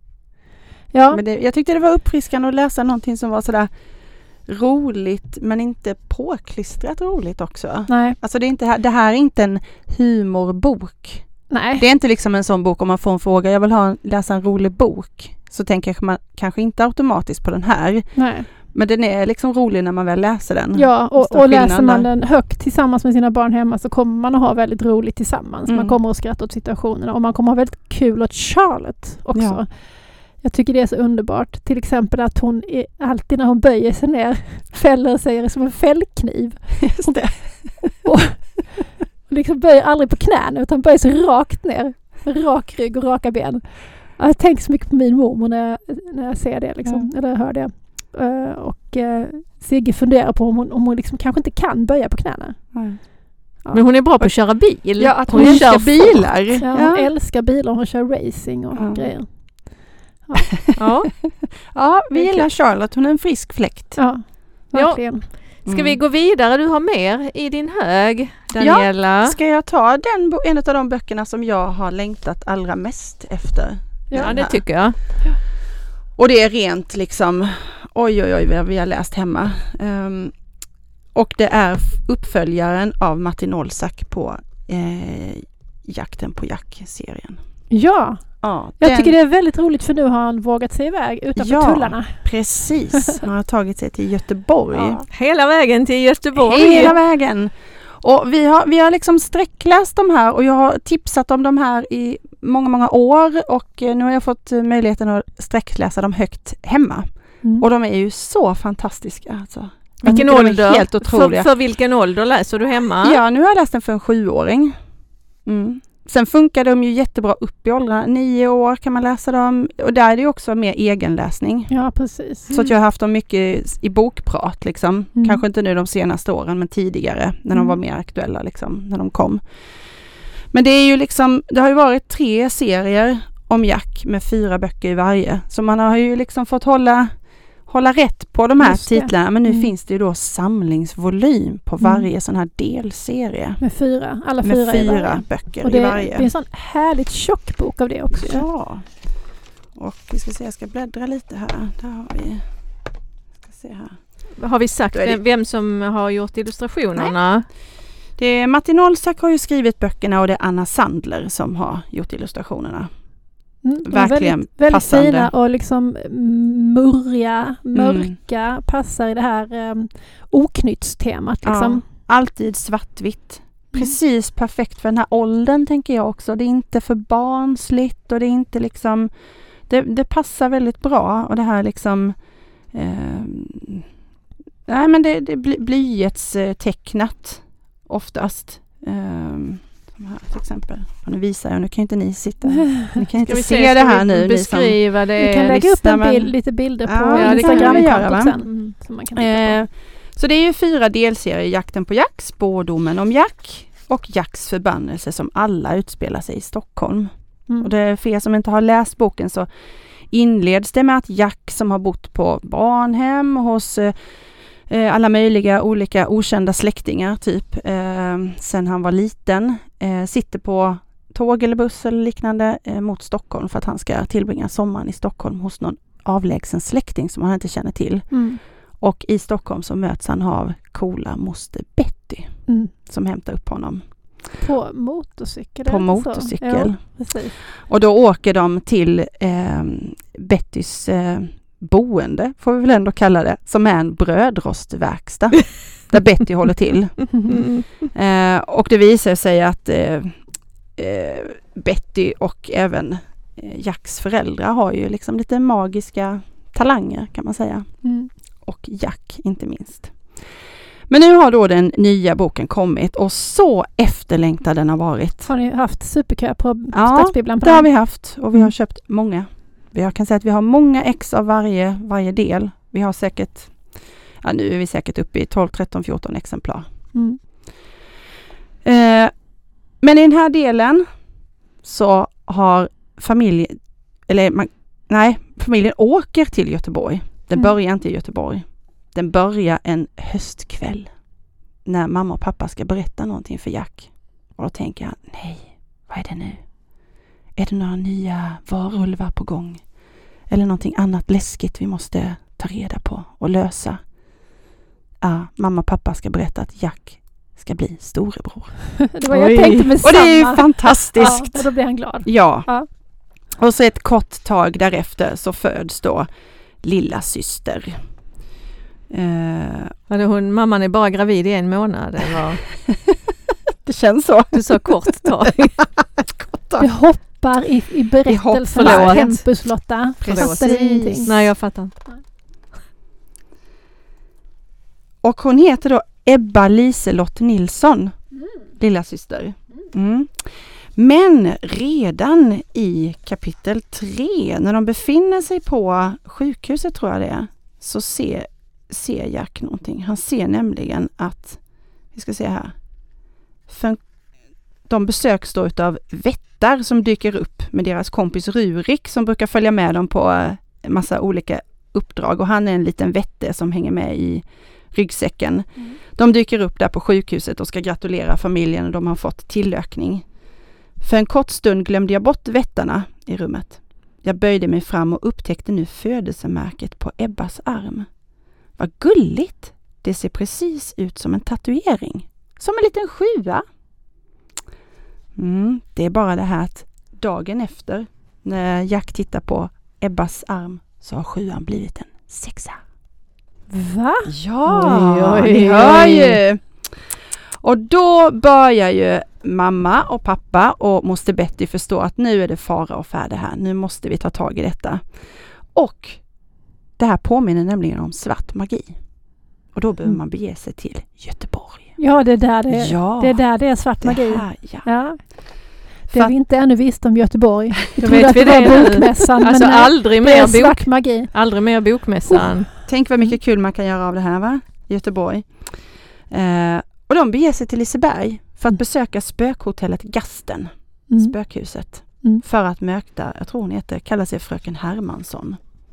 Ja.
Men det, jag tyckte det var uppfriskande att läsa någonting som var sådär roligt, men inte påklistrat roligt också.
Nej.
Alltså det, är inte, det här är inte en humorbok.
Nej.
Det är inte liksom en sån bok om man får en fråga, jag vill ha en, läsa en rolig bok. Så tänker man kanske inte automatiskt på den här.
Nej.
Men den är liksom rolig när man väl läser den.
Ja, och, och läser man den högt tillsammans med sina barn hemma så kommer man att ha väldigt roligt tillsammans. Mm. Man kommer att skratta åt situationerna och man kommer att ha väldigt kul åt Charlotte också. Ja. Jag tycker det är så underbart. Till exempel att hon är, alltid när hon böjer sig ner fäller sig som en fällkniv.
Just det.
Och, och liksom böjer aldrig på knäna utan böjer sig rakt ner. Rak rygg och raka ben. Jag tänker så mycket på min mormor när jag, när jag ser det liksom, ja. Eller hör det. Uh, och uh, Sigge funderar på om hon, om hon liksom kanske inte kan böja på knäna.
Mm.
Ja. Men hon är bra på att köra bil.
Ja, att hon, hon älskar bilar.
Ja, hon ja. älskar bilar. Hon kör racing och ja. grejer.
Ja, ja.
ja vi gillar Charlotte. Hon är en frisk fläkt.
Ja, verkligen.
Ja. Ska vi gå vidare? Du har mer i din hög, Daniela.
Ja, ska jag ta den, en av de böckerna som jag har längtat allra mest efter?
Ja, det tycker jag.
Och det är rent liksom, oj oj oj vad vi har läst hemma. Um, och det är uppföljaren av Martin Olsak på eh, Jakten på Jack-serien.
Ja,
ja
jag
den...
tycker det är väldigt roligt för nu har han vågat sig iväg utanför
ja,
tullarna.
Precis, han har tagit sig till Göteborg. Ja.
Hela vägen till Göteborg.
Hela vägen. Och vi har, vi har liksom sträckläst de här och jag har tipsat om de här i många, många år och nu har jag fått möjligheten att sträckläsa dem högt hemma. Mm. Och de är ju så fantastiska. Alltså.
Vilken ålder?
Helt otroliga.
För, för vilken ålder läser du hemma?
Ja, nu har jag läst den för en sjuåring. Mm. Sen funkar de ju jättebra upp i åldrarna. Nio år kan man läsa dem. Och där är det ju också mer egenläsning.
Ja, precis.
Så att jag har haft dem mycket i bokprat liksom. Mm. Kanske inte nu de senaste åren, men tidigare när mm. de var mer aktuella liksom, när de kom. Men det är ju liksom, det har ju varit tre serier om Jack med fyra böcker i varje. Så man har ju liksom fått hålla, hålla rätt på de här titlarna. Men nu mm. finns det ju då samlingsvolym på varje mm. sån här delserie.
Med fyra, alla fyra,
med fyra
i varje.
böcker
och det,
i varje.
Det är en sån härligt tjock bok av det också.
Ja. Och vi ska se, jag ska bläddra lite här. Där har vi. Ska se här.
Har vi sagt vem, vem som har gjort illustrationerna? Nej.
Det är Martin Olsak har ju skrivit böckerna och det är Anna Sandler som har gjort illustrationerna.
Mm,
verkligen
väldigt, väldigt
passande.
Fina och liksom murriga, mörka, mm. passar i det här um, oknyttstemat. Liksom.
Ja, alltid svartvitt. Mm. Precis perfekt för den här åldern tänker jag också. Det är inte för barnsligt och det är inte liksom, det, det passar väldigt bra och det här liksom eh, nej men det, det blir blyertstecknat oftast. Um, här till exempel. Och nu visar jag, nu kan inte ni sitta. Ni kan inte se, se det här nu.
Beskriva
som,
det.
Vi kan lägga upp en bild, lite bilder på
ja,
Instagram-kontot sen. Mm, som man kan
eh, på. Så det är ju fyra delserier. Jakten på Jack, Spårdomen om Jack och Jacks förbannelse som alla utspelar sig i Stockholm. Mm. Och det är för er som inte har läst boken så inleds det med att Jack som har bott på barnhem hos eh, alla möjliga olika okända släktingar typ eh, sen han var liten eh, sitter på tåg eller buss eller liknande eh, mot Stockholm för att han ska tillbringa sommaren i Stockholm hos någon avlägsen släkting som han inte känner till. Mm. Och i Stockholm så möts han av coola moster Betty mm. som hämtar upp honom.
På motorcykel?
På motorcykel. Ja, och då åker de till eh, Bettys eh, boende, får vi väl ändå kalla det, som är en brödrostverkstad där Betty håller till. Eh, och det visar sig att eh, eh, Betty och även eh, Jacks föräldrar har ju liksom lite magiska talanger kan man säga. Mm. Och Jack inte minst. Men nu har då den nya boken kommit och så efterlängtad den har varit.
Har ni haft superkö på
ja,
Stadsbibblan?
Ja, det har vi haft och vi har köpt många. Jag kan säga att vi har många ex av varje, varje del. Vi har säkert, ja nu är vi säkert uppe i tolv, tretton, fjorton exemplar. Mm. Eh, men i den här delen så har familjen, eller man, nej, familjen åker till Göteborg. Den mm. börjar inte i Göteborg. Den börjar en höstkväll när mamma och pappa ska berätta någonting för Jack. Och då tänker jag, nej, vad är det nu? Är det några nya varulvar på gång? Eller någonting annat läskigt vi måste ta reda på och lösa? Ja, mamma och pappa ska berätta att Jack ska bli storebror.
Det var jag tänkte med samma.
Och det är ju fantastiskt.
Ja, och då blir han glad.
Ja. ja. Och så ett kort tag därefter så föds då lilla syster.
Uh, Hade hon, mamman är bara gravid i en månad. Eller?
Det känns så.
Du sa kort tag.
kort tag. Det hoppar i, i berättelsen av Tempus, Lotta.
Precis. Nej, jag fattar inte.
Och hon heter då Ebba Liselott Nilsson. Mm. Lilla syster. Mm. Men redan i kapitel tre, när de befinner sig på sjukhuset tror jag det är, så ser, ser Jack någonting. Han ser nämligen att, vi ska se här, för de besöks då utav vättar som dyker upp med deras kompis Rurik som brukar följa med dem på en massa olika uppdrag. Och han är en liten vätte som hänger med i ryggsäcken. Mm. De dyker upp där på sjukhuset och ska gratulera familjen och de har fått tillökning. För en kort stund glömde jag bort vättarna i rummet. Jag böjde mig fram och upptäckte nu födelsemärket på Ebbas arm. Vad gulligt! Det ser precis ut som en tatuering. Som en liten sjua. Mm, det är bara det här att dagen efter när Jack tittar på Ebbas arm så har sjuan blivit en sexa.
Va?
Ja, ni hör ju! Och då börjar ju mamma och pappa och moster Betty förstå att nu är det fara och färde här. Nu måste vi ta tag i detta. Och det här påminner nämligen om svart magi. Och då behöver man bege sig till Göteborg.
Ja, det är där det är, ja, det är, där det är svart magi.
Här, ja.
Ja. Det har vi inte ännu visst om Göteborg.
Då vet vi det.
det bokmässan,
alltså
men
aldrig mer
det är
bok,
svart magi.
Aldrig mer bokmässan.
Oh, tänk vad mycket kul man kan göra av det här, va? Göteborg. Eh, och de beger sig till Liseberg för att mm. besöka spökhotellet Gasten. Mm. Spökhuset. Mm. För att möta, jag tror hon heter, kallar sig fröken Hermansson.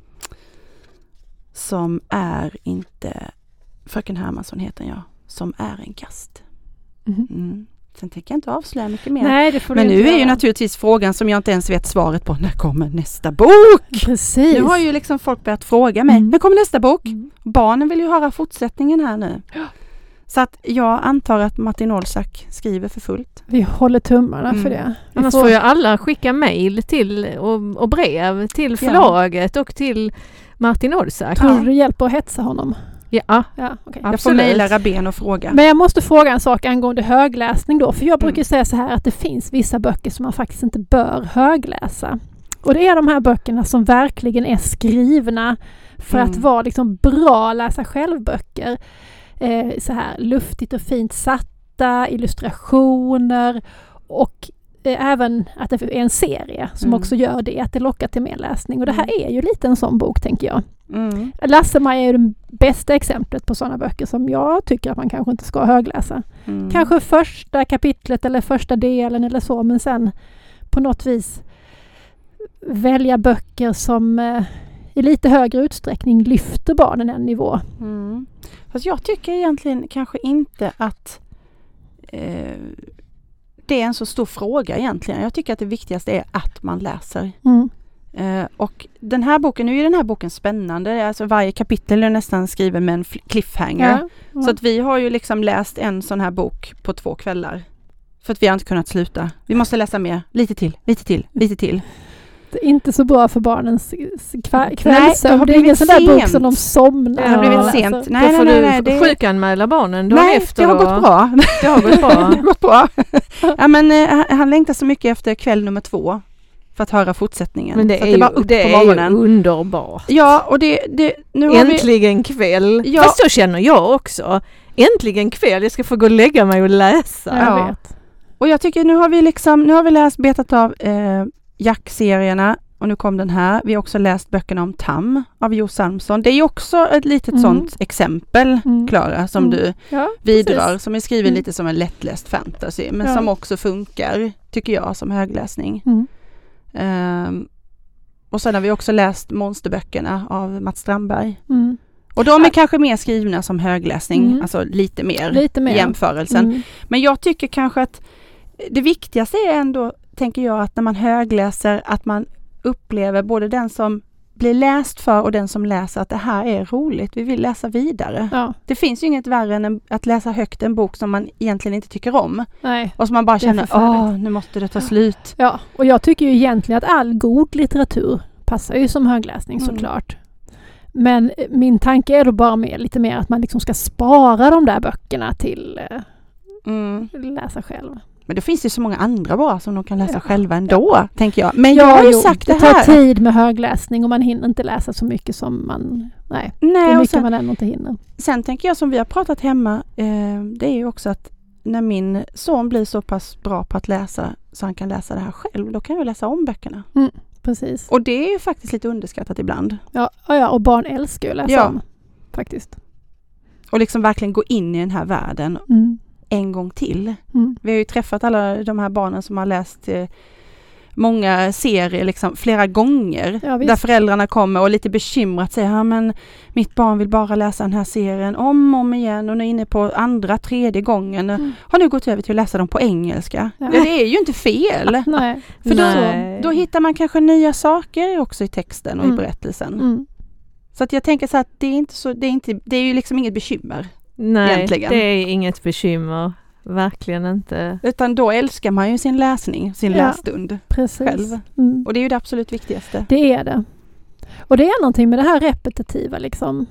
Som är inte, fröken Hermansson heter jag, som är en gast. Mm. Mm. Sen tänker jag inte avslöja mycket mer.
Nej, det får
Men nu
är
göra. Ju naturligtvis frågan som jag inte ens vet svaret på. När kommer nästa bok?
Precis.
Nu har ju liksom folk börjat fråga mig.
Mm.
När kommer nästa bok?
Mm.
Barnen vill ju höra fortsättningen här nu. Så att jag antar att Martin Olsak skriver för fullt.
Vi håller tummarna mm. för det. Vi
Annars får... får ju alla skicka mejl till och, och brev till förlaget ja. och till Martin Olsak.
Tror du det hjälper att hetsa honom?
Ja,
ja okay.
Jag får mejla Rabén och fråga.
Men jag måste fråga en sak angående högläsning då. För jag brukar mm. säga så här att det finns vissa böcker som man faktiskt inte bör högläsa. Och det är de här böckerna som verkligen är skrivna för mm. att vara liksom bra läsa självböcker. Eh, så här luftigt och fint satta, illustrationer och eh, även att det är en serie som mm. också gör det, att det lockar till mer läsning. Och det här är ju lite en sån bok, tänker jag. Mm. Lasse-Maja är ju det bästa exemplet på sådana böcker som jag tycker att man kanske inte ska högläsa. Mm. Kanske första kapitlet eller första delen eller så, men sen på något vis välja böcker som eh, i lite högre utsträckning lyfter barnen en nivå.
Mm. Fast jag tycker egentligen kanske inte att eh, det är en så stor fråga egentligen. Jag tycker att det viktigaste är att man läser.
Mm.
Uh, och den här boken, nu är den här boken spännande. Alltså varje kapitel är nästan skriven med en cliffhanger. Ja. Ja. Så att vi har ju liksom läst en sån här bok på två kvällar. För att vi har inte kunnat sluta. Vi måste läsa mer. Lite till, lite till, lite till.
Det är inte så bra för barnens kvällsömn.
Nej,
det är ingen sån där bok som de somnar.
Det har blivit sent.
Alltså,
nej,
då får
nej,
du
nej, det...
sjukanmäla barnen dagen
nej,
efter.
det har gått bra.
Det har gått bra.
det har gått bra. Ja, men, eh, han längtar så mycket efter kväll nummer två. För att höra fortsättningen.
Men det
så
är,
det
ju,
bara upp
det
på
är
morgonen.
ju underbart.
Ja, och det... det nu har
Äntligen vi... kväll. Ja. Fast så känner jag också. Äntligen kväll. Jag ska få gå och lägga mig och läsa.
Jag ja. vet.
Och jag tycker nu har vi liksom... Nu har vi läst betat av eh, Jack-serierna. Och nu kom den här. Vi har också läst böckerna om Tam av Jo Salmson. Det är ju också ett litet mm. sånt exempel, Klara, mm. som mm. du
ja,
vidrör.
Precis.
Som är skriven
mm.
lite som en lättläst fantasy. Men
ja.
som också funkar, tycker jag, som högläsning.
Mm.
Um, och sen har vi också läst monsterböckerna av Mats Strandberg.
Mm.
Och de är ja. kanske mer skrivna som högläsning.
Mm.
Alltså lite mer,
lite mer.
i jämförelsen.
Mm.
Men jag tycker kanske att det viktigaste är ändå, tänker jag, att när man högläser att man upplever både den som blir läst för och den som läser att det här är roligt. Vi vill läsa vidare.
Ja.
Det finns ju inget värre än att läsa högt en bok som man egentligen inte tycker om.
Nej,
och som man bara känner, åh, nu måste det ta
ja.
slut.
Ja, och jag tycker ju egentligen att all god litteratur passar ju som högläsning mm. såklart. Men min tanke är då bara mer, lite mer att man liksom ska spara de där böckerna till eh, mm. läsa själv.
Men det finns ju så många andra bara som de kan läsa ja. själva ändå,
ja.
tänker jag. Men
ja,
jag har ju
jo,
sagt det,
det
här.
tar tid med högläsning och man hinner inte läsa så mycket som man... Nej, nej det är mycket sen, man ändå inte hinner.
Sen tänker jag, som vi har pratat hemma, eh, det är ju också att när min son blir så pass bra på att läsa så han kan läsa det här själv, då kan jag läsa om böckerna.
Mm, precis.
Och det är ju faktiskt lite underskattat ibland.
Ja, ja och barn älskar ju att läsa ja. om, faktiskt.
Och liksom verkligen gå in i den här världen.
Mm.
En gång till.
Mm.
Vi har ju träffat alla de här barnen som har läst eh, många serier liksom, flera gånger.
Ja,
där föräldrarna kommer och lite bekymrat säger, ja men mitt barn vill bara läsa den här serien om och om igen och nu är inne på andra, tredje gången. Mm. Har nu gått över till att läsa dem på engelska. Ja, ja det är ju inte fel.
Nej.
För då,
Nej.
då hittar man kanske nya saker också i texten och
mm.
i berättelsen.
Mm.
Så att jag tänker så att det är inte så, det är inte, det är ju liksom inget bekymmer.
Nej,
egentligen.
Det är inget bekymmer. Verkligen inte.
Utan då älskar man ju sin läsning, sin ja, lässtund
precis.
själv.
Mm.
Och det är ju det absolut viktigaste.
Det är det. Och det är någonting med det här repetitiva liksom.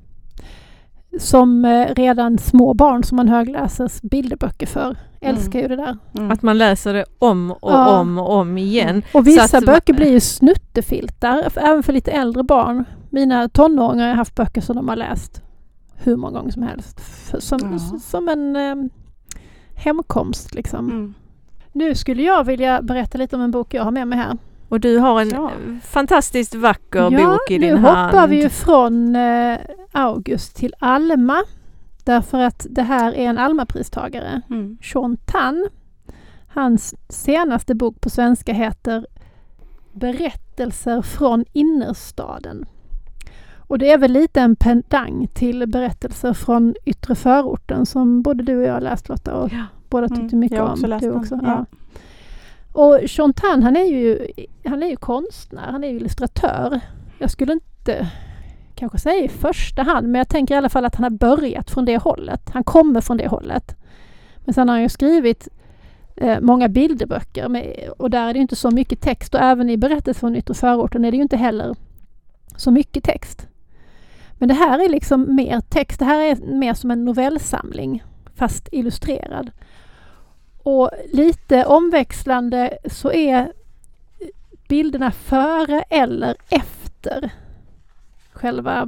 Som eh, redan små barn som man högläser bilderböcker för älskar mm. ju det där.
Mm. Att man läser det om och ja. om och om igen.
Och vissa
så att,
böcker blir ju snuttefiltar även för lite äldre barn. Mina tonåringar har haft böcker som de har läst hur många gånger som helst. Som, ja. som en eh, hemkomst liksom. Mm. Nu skulle jag vilja berätta lite om en bok jag har med mig här.
Och du har en ja. fantastiskt vacker
ja,
bok i din hand.
Ja, nu hoppar vi ju från eh, August till Alma. Därför att det här är en Alma-pristagare. Mm. Sean Tan. Hans senaste bok på svenska heter Berättelser från innerstaden. Och det är väl lite en pendang till berättelser från yttre förorten som både du och jag har läst, Lotta, och ja. båda tyckte mycket
mm,
om.
Också läst
du också.
Ja.
Ja. Och Sean Tan, han är ju han är ju konstnär, han är ju illustratör. Jag skulle inte kanske säga i första hand, men jag tänker i alla fall att han har börjat från det hållet. Han kommer från det hållet. Men sen har han ju skrivit eh, många bilderböcker med, och där är det inte så mycket text, och även i berättelser från yttre förorten är det ju inte heller så mycket text. Men det här är liksom mer text, det här är mer som en novellsamling fast illustrerad. Och lite omväxlande så är bilderna före eller efter själva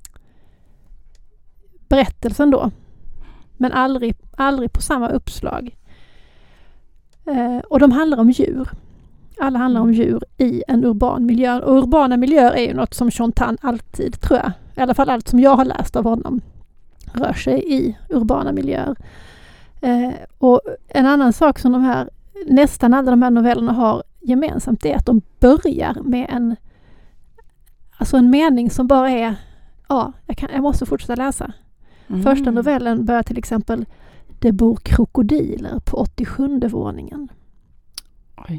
berättelsen då. Men aldrig, aldrig på samma uppslag. Eh, och de handlar om djur. Alla handlar om djur i en urban miljö. Och urbana miljöer är ju något som Sean Tan alltid, tror jag, i alla fall allt som jag har läst av honom, rör sig i urbana miljöer. Eh, och en annan sak som de här, nästan alla de här novellerna har gemensamt är att de börjar med en alltså en mening som bara är ja, jag, kan, jag måste fortsätta läsa. Mm. Första novellen börjar till exempel: det bor krokodiler på åttiosjunde våningen.
Oj.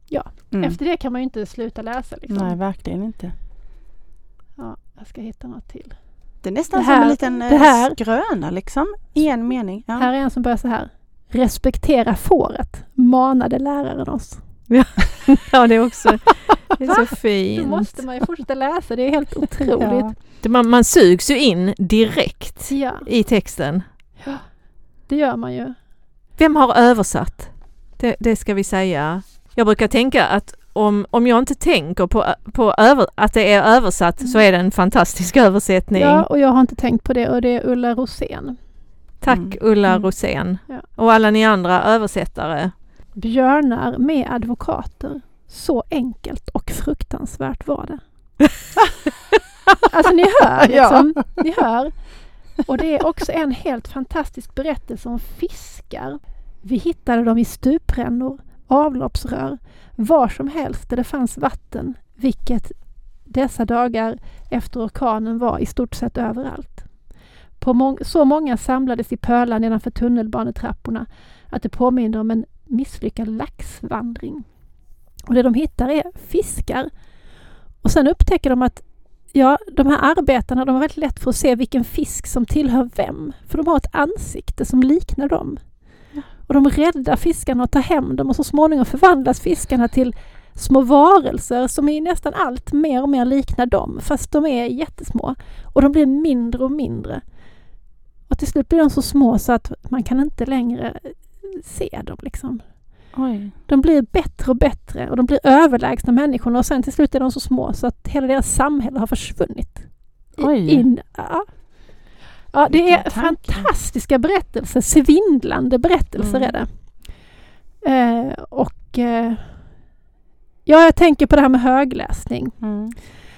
Ja, mm. efter det kan man ju inte sluta läsa. Liksom.
Nej, verkligen inte.
Ja, jag ska hitta något till.
Det är nästan det här, som en liten det här, skröna liksom, i en mening. Ja.
Här är en som börjar så här. Respektera fåret, manade läraren oss.
Ja, ja det är också det är så fint.
Då måste man ju fortsätta läsa, det är helt otroligt.
Ja. Man, man sugs ju in direkt ja. i texten.
Ja, det gör man ju.
Vem har översatt? Det, det ska vi säga. Jag brukar tänka att om, om jag inte tänker på, på över, att det är översatt mm. så är det en fantastisk översättning.
Ja, och jag har inte tänkt på det och det är Ulla Rosén.
Tack mm. Ulla mm. Rosén. Ja. Och alla ni andra översättare.
Björnar med advokater. Så enkelt och fruktansvärt var det. Alltså ni hör liksom. Ja. Ni hör. Och det är också en helt fantastisk berättelse om fiskar. Vi hittade dem i stuprännor, avloppsrör, var som helst där det fanns vatten, vilket dessa dagar efter orkanen var i stort sett överallt. På må- så många samlades i pölar nedanför tunnelbanetrapporna att det påminner om en misslyckad laxvandring. Och det de hittar är fiskar. Och sen upptäcker de att ja, de här arbetarna, de har väldigt lätt för att se vilken fisk som tillhör vem. För de har ett ansikte som liknar dem. Ja. Och de räddar fiskarna och tar hem dem och så småningom förvandlas fiskarna till små varelser som är nästan allt mer och mer liknar dem. Fast de är jättesmå. Och de blir mindre och mindre. Och till slut blir de så små så att man kan inte längre se dem liksom.
Oj.
De blir bättre och bättre och de blir överlägsna människorna och sen till slut är de så små så att hela deras samhälle har försvunnit.
Oj.
In, ja. Ja, det Vilken är tanke. Fantastiska berättelser, svindlande berättelser mm. är det. Eh, och eh, ja, jag tänker på det här med högläsning. Mm.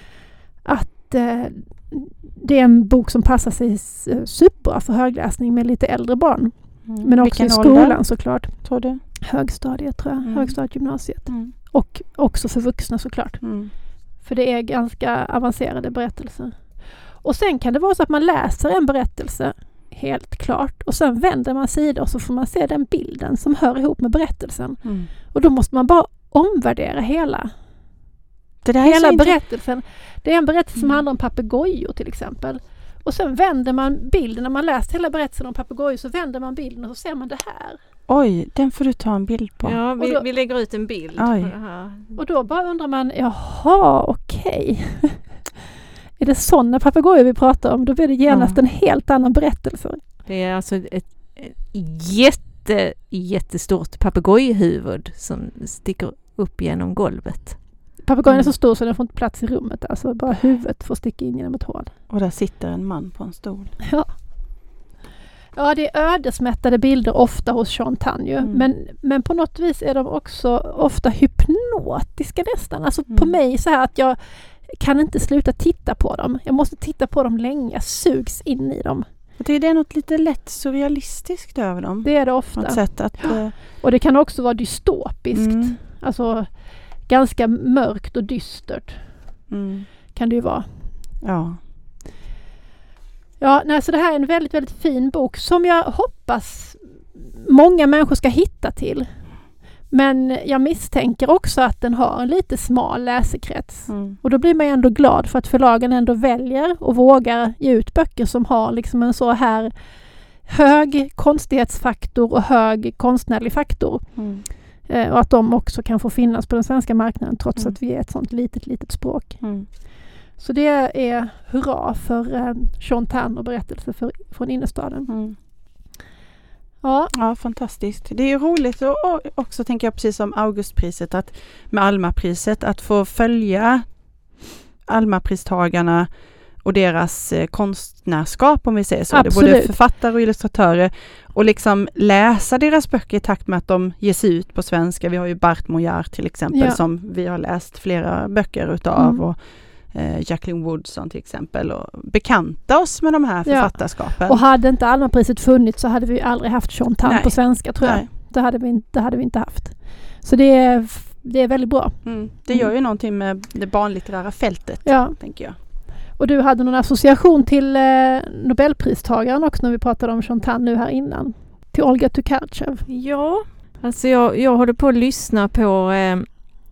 Att eh, det är en bok som passar sig superbra för högläsning med lite äldre barn. Mm. Men också Vilken i skolan ålder? Såklart.
Tror du?
Högstadiet tror jag. Mm. Högstadiet, gymnasiet.
Mm.
Och också för vuxna såklart.
Mm.
För det är ganska avancerade berättelser. Och sen kan det vara så att man läser en berättelse helt klart. Och sen vänder man sidor och så får man se den bilden som hör ihop med berättelsen.
Mm.
Och då måste man bara omvärdera hela.
Det där
hela
är
berättelsen. Inte... Det är en berättelse
mm.
som handlar om papegojor till exempel. Och sen vänder man bilden, när man läst hela berättelsen om papegojor så vänder man bilden och så ser man det här.
Oj, den får du ta en bild på.
Ja, vi,
då,
vi lägger ut en bild
oj.
på det här.
Och då bara undrar man, jaha, okej. Okay. Är det sådana papegojor vi pratar om? Då blir det genast ja. en helt annan berättelse.
Det är alltså ett, ett jätte, jättestort papegojhuvud som sticker upp genom golvet.
Papegojan är så stor så den får inte plats i rummet. Alltså bara huvudet får sticka in genom ett hål.
Och där sitter en man på en stol.
Ja. Ja, det är ödesmättade bilder ofta hos Sean Tanju. Mm. Men, men på något vis är de också ofta hypnotiska nästan. Alltså mm. på mig så här att jag kan inte sluta titta på dem. Jag måste titta på dem länge. Jag sugs in i dem.
Det är något lite lätt surrealistiskt över dem.
Det är det ofta.
På ett sätt att,
ja. Och det kan också vara dystopiskt. Mm. Alltså ganska mörkt och dystert.
Mm.
Kan det ju vara.
Ja.
Ja, nej, så det här är en väldigt, väldigt fin bok som jag hoppas många människor ska hitta till. Men jag misstänker också att den har en lite smal läsekrets.
Mm.
Och då blir man ändå glad för att förlagen ändå väljer och vågar ge ut böcker som har liksom en så här hög konstighetsfaktor och hög konstnärlig faktor.
Mm.
Eh, och att de också kan få finnas på den svenska marknaden trots
mm.
att vi är ett sånt litet, litet språk.
Mm.
Så det är hurra för eh, Sean Tan och berättelser för, från innerstaden.
Mm.
Ja.
ja, fantastiskt. Det är ju roligt och, och också tänker jag precis som Augustpriset att med Almapriset att få följa Almapristagarna och deras eh, konstnärskap om vi säger så.
Absolut.
Det är både författare och illustratörer och liksom läsa deras böcker i takt med att de ges ut på svenska. Vi har ju Bart Moyart till exempel
ja.
som vi har läst flera böcker utav
mm.
och eh, Jacqueline Woodson till exempel och bekanta oss med de här författarskapen.
Ja. Och hade inte Almapriset funnits så hade vi aldrig haft Sean Tan på svenska tror jag.
Nej.
Det hade vi inte, det hade vi inte haft. Så det är, det är väldigt bra.
Mm. Det gör ju mm. någonting med det barnlitterära fältet,
ja.
tänker jag.
Och du hade någon association till eh, Nobelpristagaren också när vi pratade om Sean Tan nu här innan. Till Olga Tokarczuk.
Ja, alltså jag, jag håller på att lyssna på eh,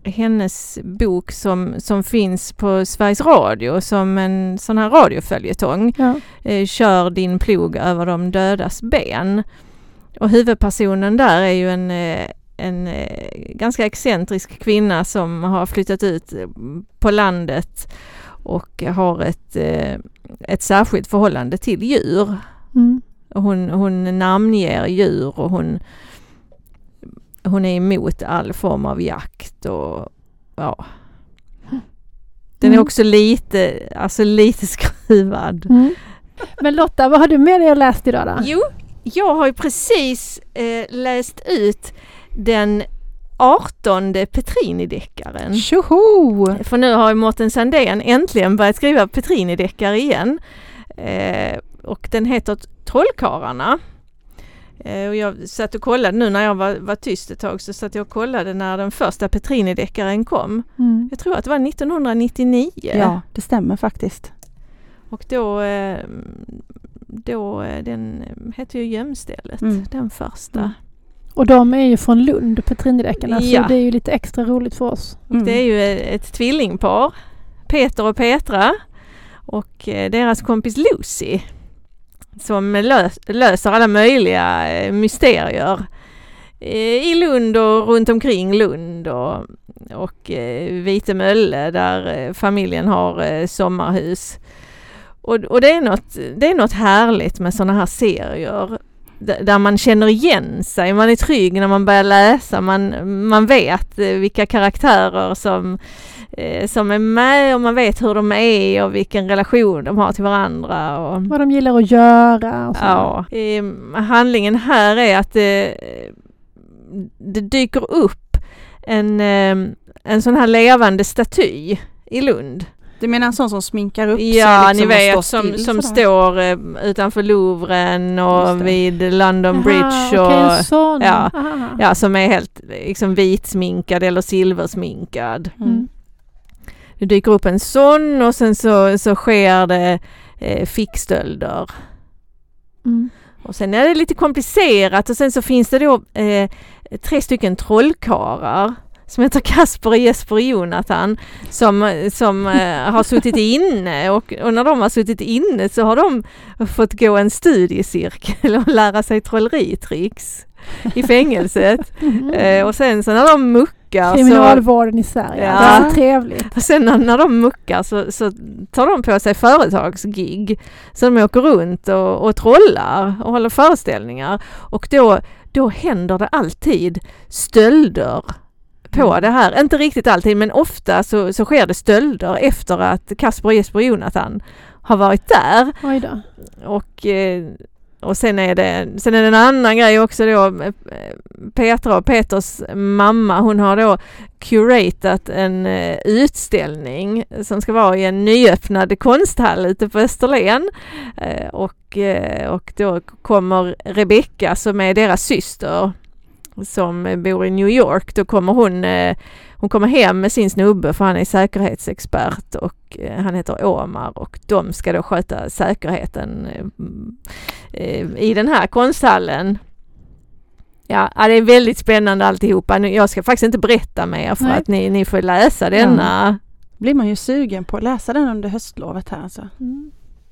hennes bok som, som finns på Sveriges Radio som en sån här radioföljetong. Ja. Eh, Kör din plog över de dödas ben. Och huvudpersonen där är ju en, en ganska excentrisk kvinna som har flyttat ut på landet och har ett, ett särskilt förhållande till djur. Mm. Hon, hon namnger djur och hon, hon är emot all form av jakt. Och, ja. Den är också lite, alltså lite skruvad. Mm.
Men Lotta, vad har du med dig och läst idag då?
Jo, jag har ju precis eh, läst ut den artonde Petrini-deckaren.
Tjoho!
För nu har ju Mårten Sandén äntligen börjat skriva Petrini-deckare igen. Eh, och den heter Trollkarlarna. Eh, och jag satt och kollade nu när jag var, var tyst ett tag, så satt jag och kollade när den första Petrini-deckaren kom. Mm. Jag tror att det var nittonhundranittionio.
Ja, det stämmer faktiskt.
Och då... Eh, Då, den heter ju Gömstället, mm. den första. Mm.
Och de är ju från Lund, Petrini-deckarna, ja. Så det är ju lite extra roligt för oss.
Mm. Det är ju ett tvillingpar, Peter och Petra, och deras kompis Lucy, som lös, löser alla möjliga mysterier i Lund och runt omkring Lund och, och Vitemölle där familjen har sommarhus. Och, och det är något, det är något härligt med såna här serier d- där man känner igen sig. Man är trygg när man börjar läsa. Man, man vet vilka karaktärer som, eh, som är med och man vet hur de är och vilken relation de har till varandra. Och,
vad de gillar att göra. Och så.
Ja, eh, handlingen här är att det, det dyker upp en, eh, en sån här levande staty i Lund.
Du menar en sån som sminkar upp
ja,
sig? Liksom
ni vet, som, still, som står eh, utanför Louvren och vid London Aha, Bridge. Och,
okay, sån.
Ja, ja, som är helt liksom, vitsminkad eller silversminkad. Mm. Det dyker upp en sån och sen så, så sker det eh, fickstölder. Mm. Och sen är det lite komplicerat och sen så finns det då eh, tre stycken trollkarlar som heter Kasper, Jesper och Jonathan som, som eh, har suttit inne och, och när de har suttit inne så har de fått gå en studiecirkel och lära sig trolleritricks i fängelset. Mm. Eh, och sen så när de muckar
kriminalvården så, i Sverige, ja, det är så trevligt.
Och sen när, när de muckar så, så tar de på sig företagsgig så de åker runt och, och trollar och håller föreställningar och då, då händer det alltid stölder på det här. Inte riktigt alltid, men ofta så, så sker det stölder efter att Kasper, Jesper och Jonathan har varit där.
Oj då.
Och, och sen är det sen är det en annan grej också då. Petra och Peters mamma, hon har då curatat en utställning som ska vara i en nyöppnad konsthall ute på Österlen. Och, och då kommer Rebecca som är deras syster som bor i New York, då kommer hon eh, hon kommer hem med sin snubbe för han är säkerhetsexpert och eh, han heter Omar och de ska då sköta säkerheten eh, i den här konsthallen. Ja, det är väldigt spännande alltihopa. Jag ska faktiskt inte berätta mer för Nej. att ni, ni får läsa denna.
Ja. Blir man ju sugen på att läsa den under höstlovet här alltså. Mm.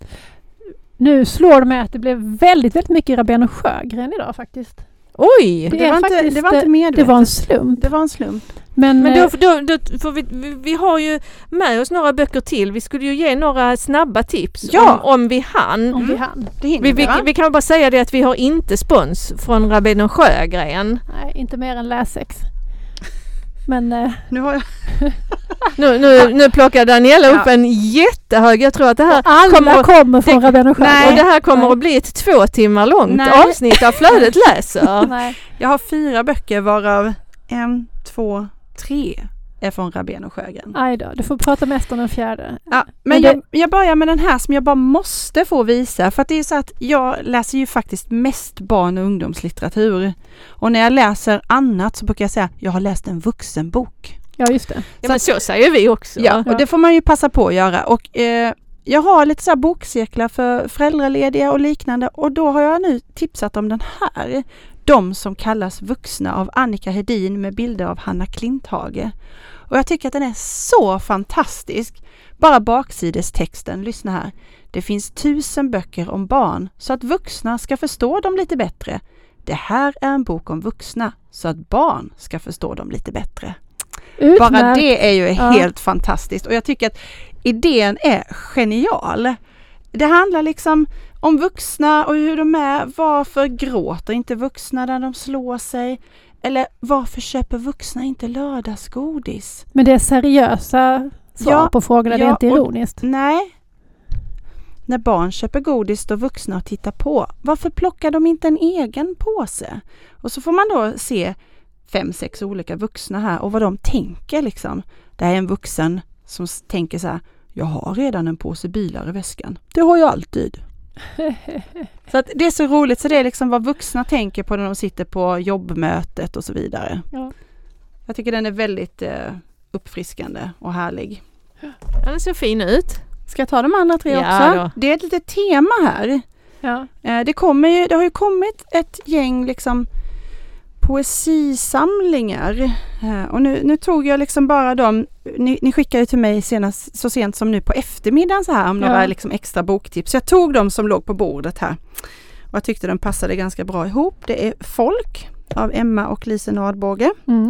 Nu slår det mig att det blev väldigt, väldigt mycket Rabén och Sjögren idag faktiskt.
Oj!
Det, det, var, inte, det var inte medvetet.
Det var en slump.
Det var en slump.
Men, Men då, då, då får vi, vi, vi har ju med oss några böcker till. Vi skulle ju ge några snabba tips ja. om, om vi hann.
Om vi hann.
Det vi, vi, vi, vi kan bara säga det att vi har inte spons från Rabén och Sjögren.
Nej, inte mer än läsex. Men eh.
nu har jag
nu, nu, nu plockar Daniela ja. upp en jättehög. Jag tror att det här
och alla kommer, kommer från Rabén och Sjögren.
Och det här kommer nej. att bli ett två timmar långt nej. avsnitt av Flödet läser.
Nej. Jag har fyra böcker varav en, två, tre är från Rabén och Sjögren.
Aj då, du får prata mest om den fjärde.
Ja, men men det... jag, jag börjar med den här som jag bara måste få visa. För att det är så att jag läser ju faktiskt mest barn- och ungdomslitteratur. Och när jag läser annat så brukar jag säga jag har läst en vuxenbok.
Ja, just det.
Ja, men så säger vi också.
Ja, och det får man ju passa på att göra. Och eh, jag har lite så här bokcirklar för föräldralediga och liknande. Och då har jag nu tipsat om den här. De som kallas vuxna av Annika Hedin med bilder av Hanna Klinthage. Och jag tycker att den är så fantastisk. Bara baksidestexten, lyssna här. Det finns tusen böcker om barn så att vuxna ska förstå dem lite bättre. Det här är en bok om vuxna så att barn ska förstå dem lite bättre. Utmärkt. Bara det är ju ja. helt fantastiskt. Och jag tycker att idén är genial. Det handlar liksom om vuxna och hur de är. Varför gråter inte vuxna när de slår sig? Eller varför köper vuxna inte lördagsgodis?
Men det är seriösa svar ja, på frågorna, ja, det är inte ironiskt.
Och, nej. När barn köper godis står vuxna och tittar på. Varför plockar de inte en egen påse? Och så får man då se fem, sex olika vuxna här och vad de tänker liksom. Det här är en vuxen som tänker så här: jag har redan en påse bilar i väskan. Det har jag alltid. Så att det är så roligt, så det är liksom vad vuxna tänker på när de sitter på jobbmötet och så vidare. Ja. Jag tycker den är väldigt eh, uppfriskande och härlig.
Ja, den ser fin ut.
Ska jag ta de andra tre
ja,
också?
Då.
Det är ett litet tema här.
Ja.
Eh, det, kommer ju, det har ju kommit ett gäng liksom poesisamlingar. Eh, och nu, nu tog jag liksom bara dem. Ni, ni skickade till mig senast så sent som nu på eftermiddagen så här om ja. några liksom extra boktips. Så jag tog dem som låg på bordet här. Och jag tyckte de passade ganska bra ihop. Det är Folk av Emma och Lise Nordbåge. Mm.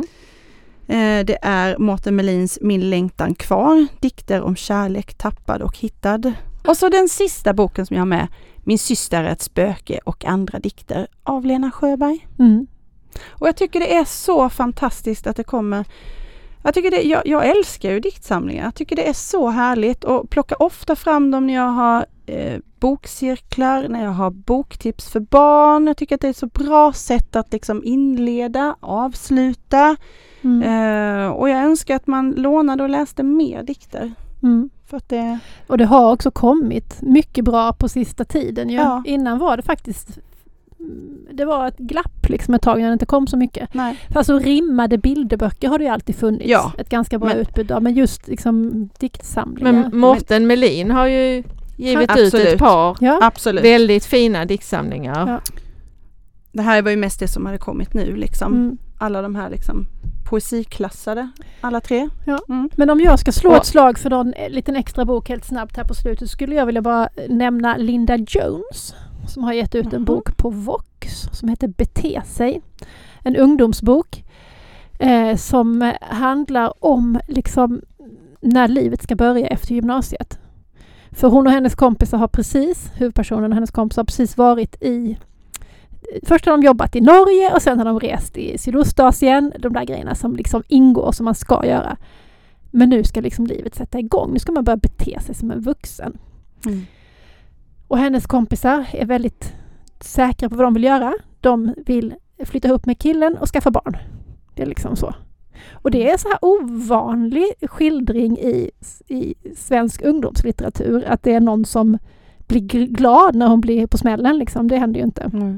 Eh, det är Mårten Melins Min längtan kvar. Dikter om kärlek, tappad och hittad. Och så den sista boken som jag har med. Min syster är ett spöke och andra dikter av Lena Sjöberg. Mm. Och jag tycker det är så fantastiskt att det kommer. Jag tycker det, jag, jag älskar ju diktsamlingar. Jag tycker det är så härligt och plockar ofta fram dem när jag har eh, bokcirklar, när jag har boktips för barn. Jag tycker att det är ett så bra sätt att liksom inleda, avsluta. Mm. Eh, och jag önskar att man lånade och läste mer dikter. Mm. För att det...
Och det har också kommit mycket bra på sista tiden. Ja. Ja. Innan var det faktiskt det var ett glapp liksom ett tag när det inte kom så mycket. Nej. För alltså rimmade bilderböcker har det ju alltid funnits. Ja. Ett ganska bra men, utbud av. Men just liksom diktsamlingar.
Men Mårten Melin har ju givit ja, ut ett par ja. absolut. väldigt fina diktsamlingar. Ja.
Det här var ju mest det som hade kommit nu liksom. Mm. Alla de här liksom poesiklassade, alla tre.
Ja. Mm. Men om jag ska slå och ett slag för någon liten extra bok helt snabbt här på slutet, skulle jag vilja bara nämna Linda Jones som har gett ut en mm. bok på Vox som heter Bete sig. En ungdomsbok eh, som handlar om liksom när livet ska börja efter gymnasiet. För hon och hennes kompisar har precis, huvudpersonen och hennes kompisar har precis varit i, först har de jobbat i Norge och sen har de rest i Sydostasien, de där grejerna som liksom ingår som man ska göra. Men nu ska liksom livet sätta igång, nu ska man börja bete sig som en vuxen. Mm. Och hennes kompisar är väldigt säkra på vad de vill göra. De vill flytta ihop med killen och skaffa barn. Det är liksom så. Och det är så här ovanlig skildring i, i svensk ungdomslitteratur. Att det är någon som blir glad när hon blir på smällen. Liksom. Det händer ju inte. Mm.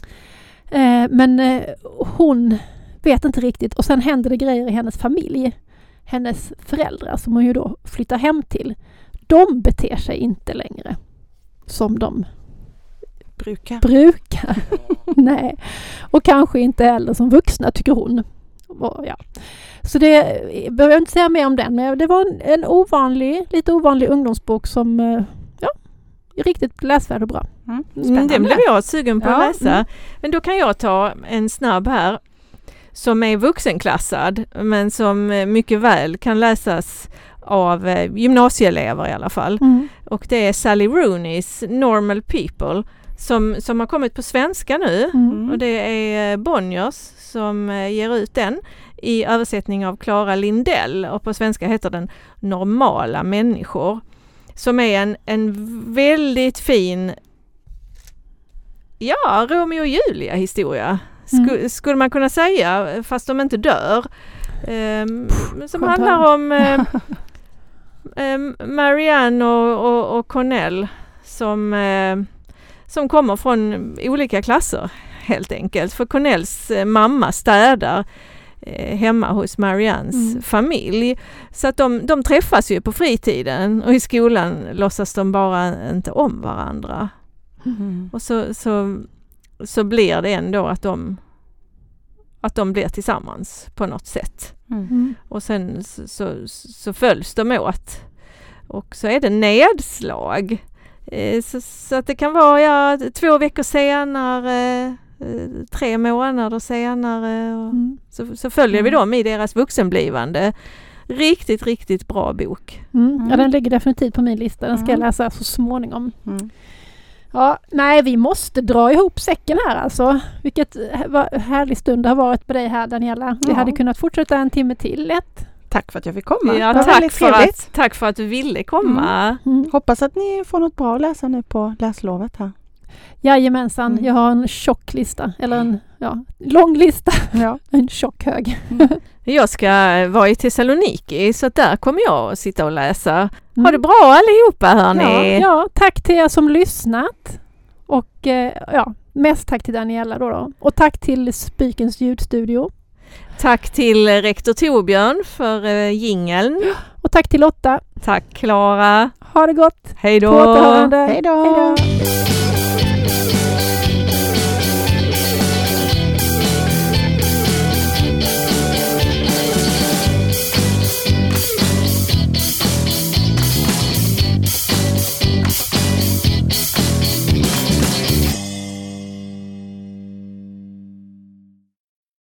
Eh, men eh, hon vet inte riktigt. Och sen händer det grejer i hennes familj. Hennes föräldrar som hon ju då flyttar hem till. De beter sig inte längre som de
brukar.
brukar. Nej. Och kanske inte heller som vuxna, tycker hon. Och, ja. Så det behöver jag inte säga mer om den. Men det var en, en ovanlig, lite ovanlig ungdomsbok som ja, är riktigt läsvärd och bra.
Mm. Spännande. Den blev jag sugen på ja. att läsa. Mm. Men då kan jag ta en snabb här som är vuxenklassad men som mycket väl kan läsas av eh, gymnasieelever i alla fall. Mm. Och det är Sally Rooney's Normal People som, som har kommit på svenska nu. Mm. Och det är Bonniers som eh, ger ut den i översättning av Clara Lindell. Och på svenska heter den Normala människor. Som är en, en väldigt fin ja, Romeo och Julia historia. Sk- mm. Skulle man kunna säga, fast de inte dör. Um, Pff, som handlar om uh, um, Marianne och, och, och Cornell som, uh, som kommer från olika klasser helt enkelt. För Cornells uh, mamma städar uh, hemma hos Mariannes mm. familj. Så att de, de träffas ju på fritiden och i skolan låtsas de bara inte om varandra. Mm. Och så, så så blir det ändå att de att de blir tillsammans på något sätt.
Mm.
Mm.
Och sen så, så, så följs de åt. Och så är det nedslag. Eh, så, så att det kan vara ja, två veckor senare, eh, tre månader senare. Och
Mm.
så, så följer vi dem i deras vuxenblivande. Riktigt, riktigt bra bok.
Mm.
Mm.
Ja, den ligger definitivt på min lista. Den ska
Mm.
jag läsa så småningom.
Mm.
Ja, nej, vi måste dra ihop säcken här alltså. Vilket vad härlig stund det har varit på dig här, Daniela. Vi
Ja.
hade kunnat fortsätta en timme till lätt.
Tack för att jag fick komma.
Ja,
Det var
tack,
väldigt
för
trevligt.
att, tack för att du ville komma.
Mm.
Hoppas att ni får något bra att läsa nu på läslovet här.
Jajamensan,
Mm.
jag har en tjock lista. Eller en ja, lång lista.
Ja.
En tjock hög.
Jag ska vara i Thessaloniki så att där kommer jag att sitta och läsa.
Mm.
Ha det bra allihopa hörni.
Ja, ja, tack till er som lyssnat. Och eh, ja, mest tack till Daniela då, då. Och tack till Spikens ljudstudio.
Tack till rektor Torbjörn för uh, jingeln.
Och tack till Lotta.
Tack Klara.
Ha det gott.
Hej då.
På återhörande.
Hej då!
Hej då.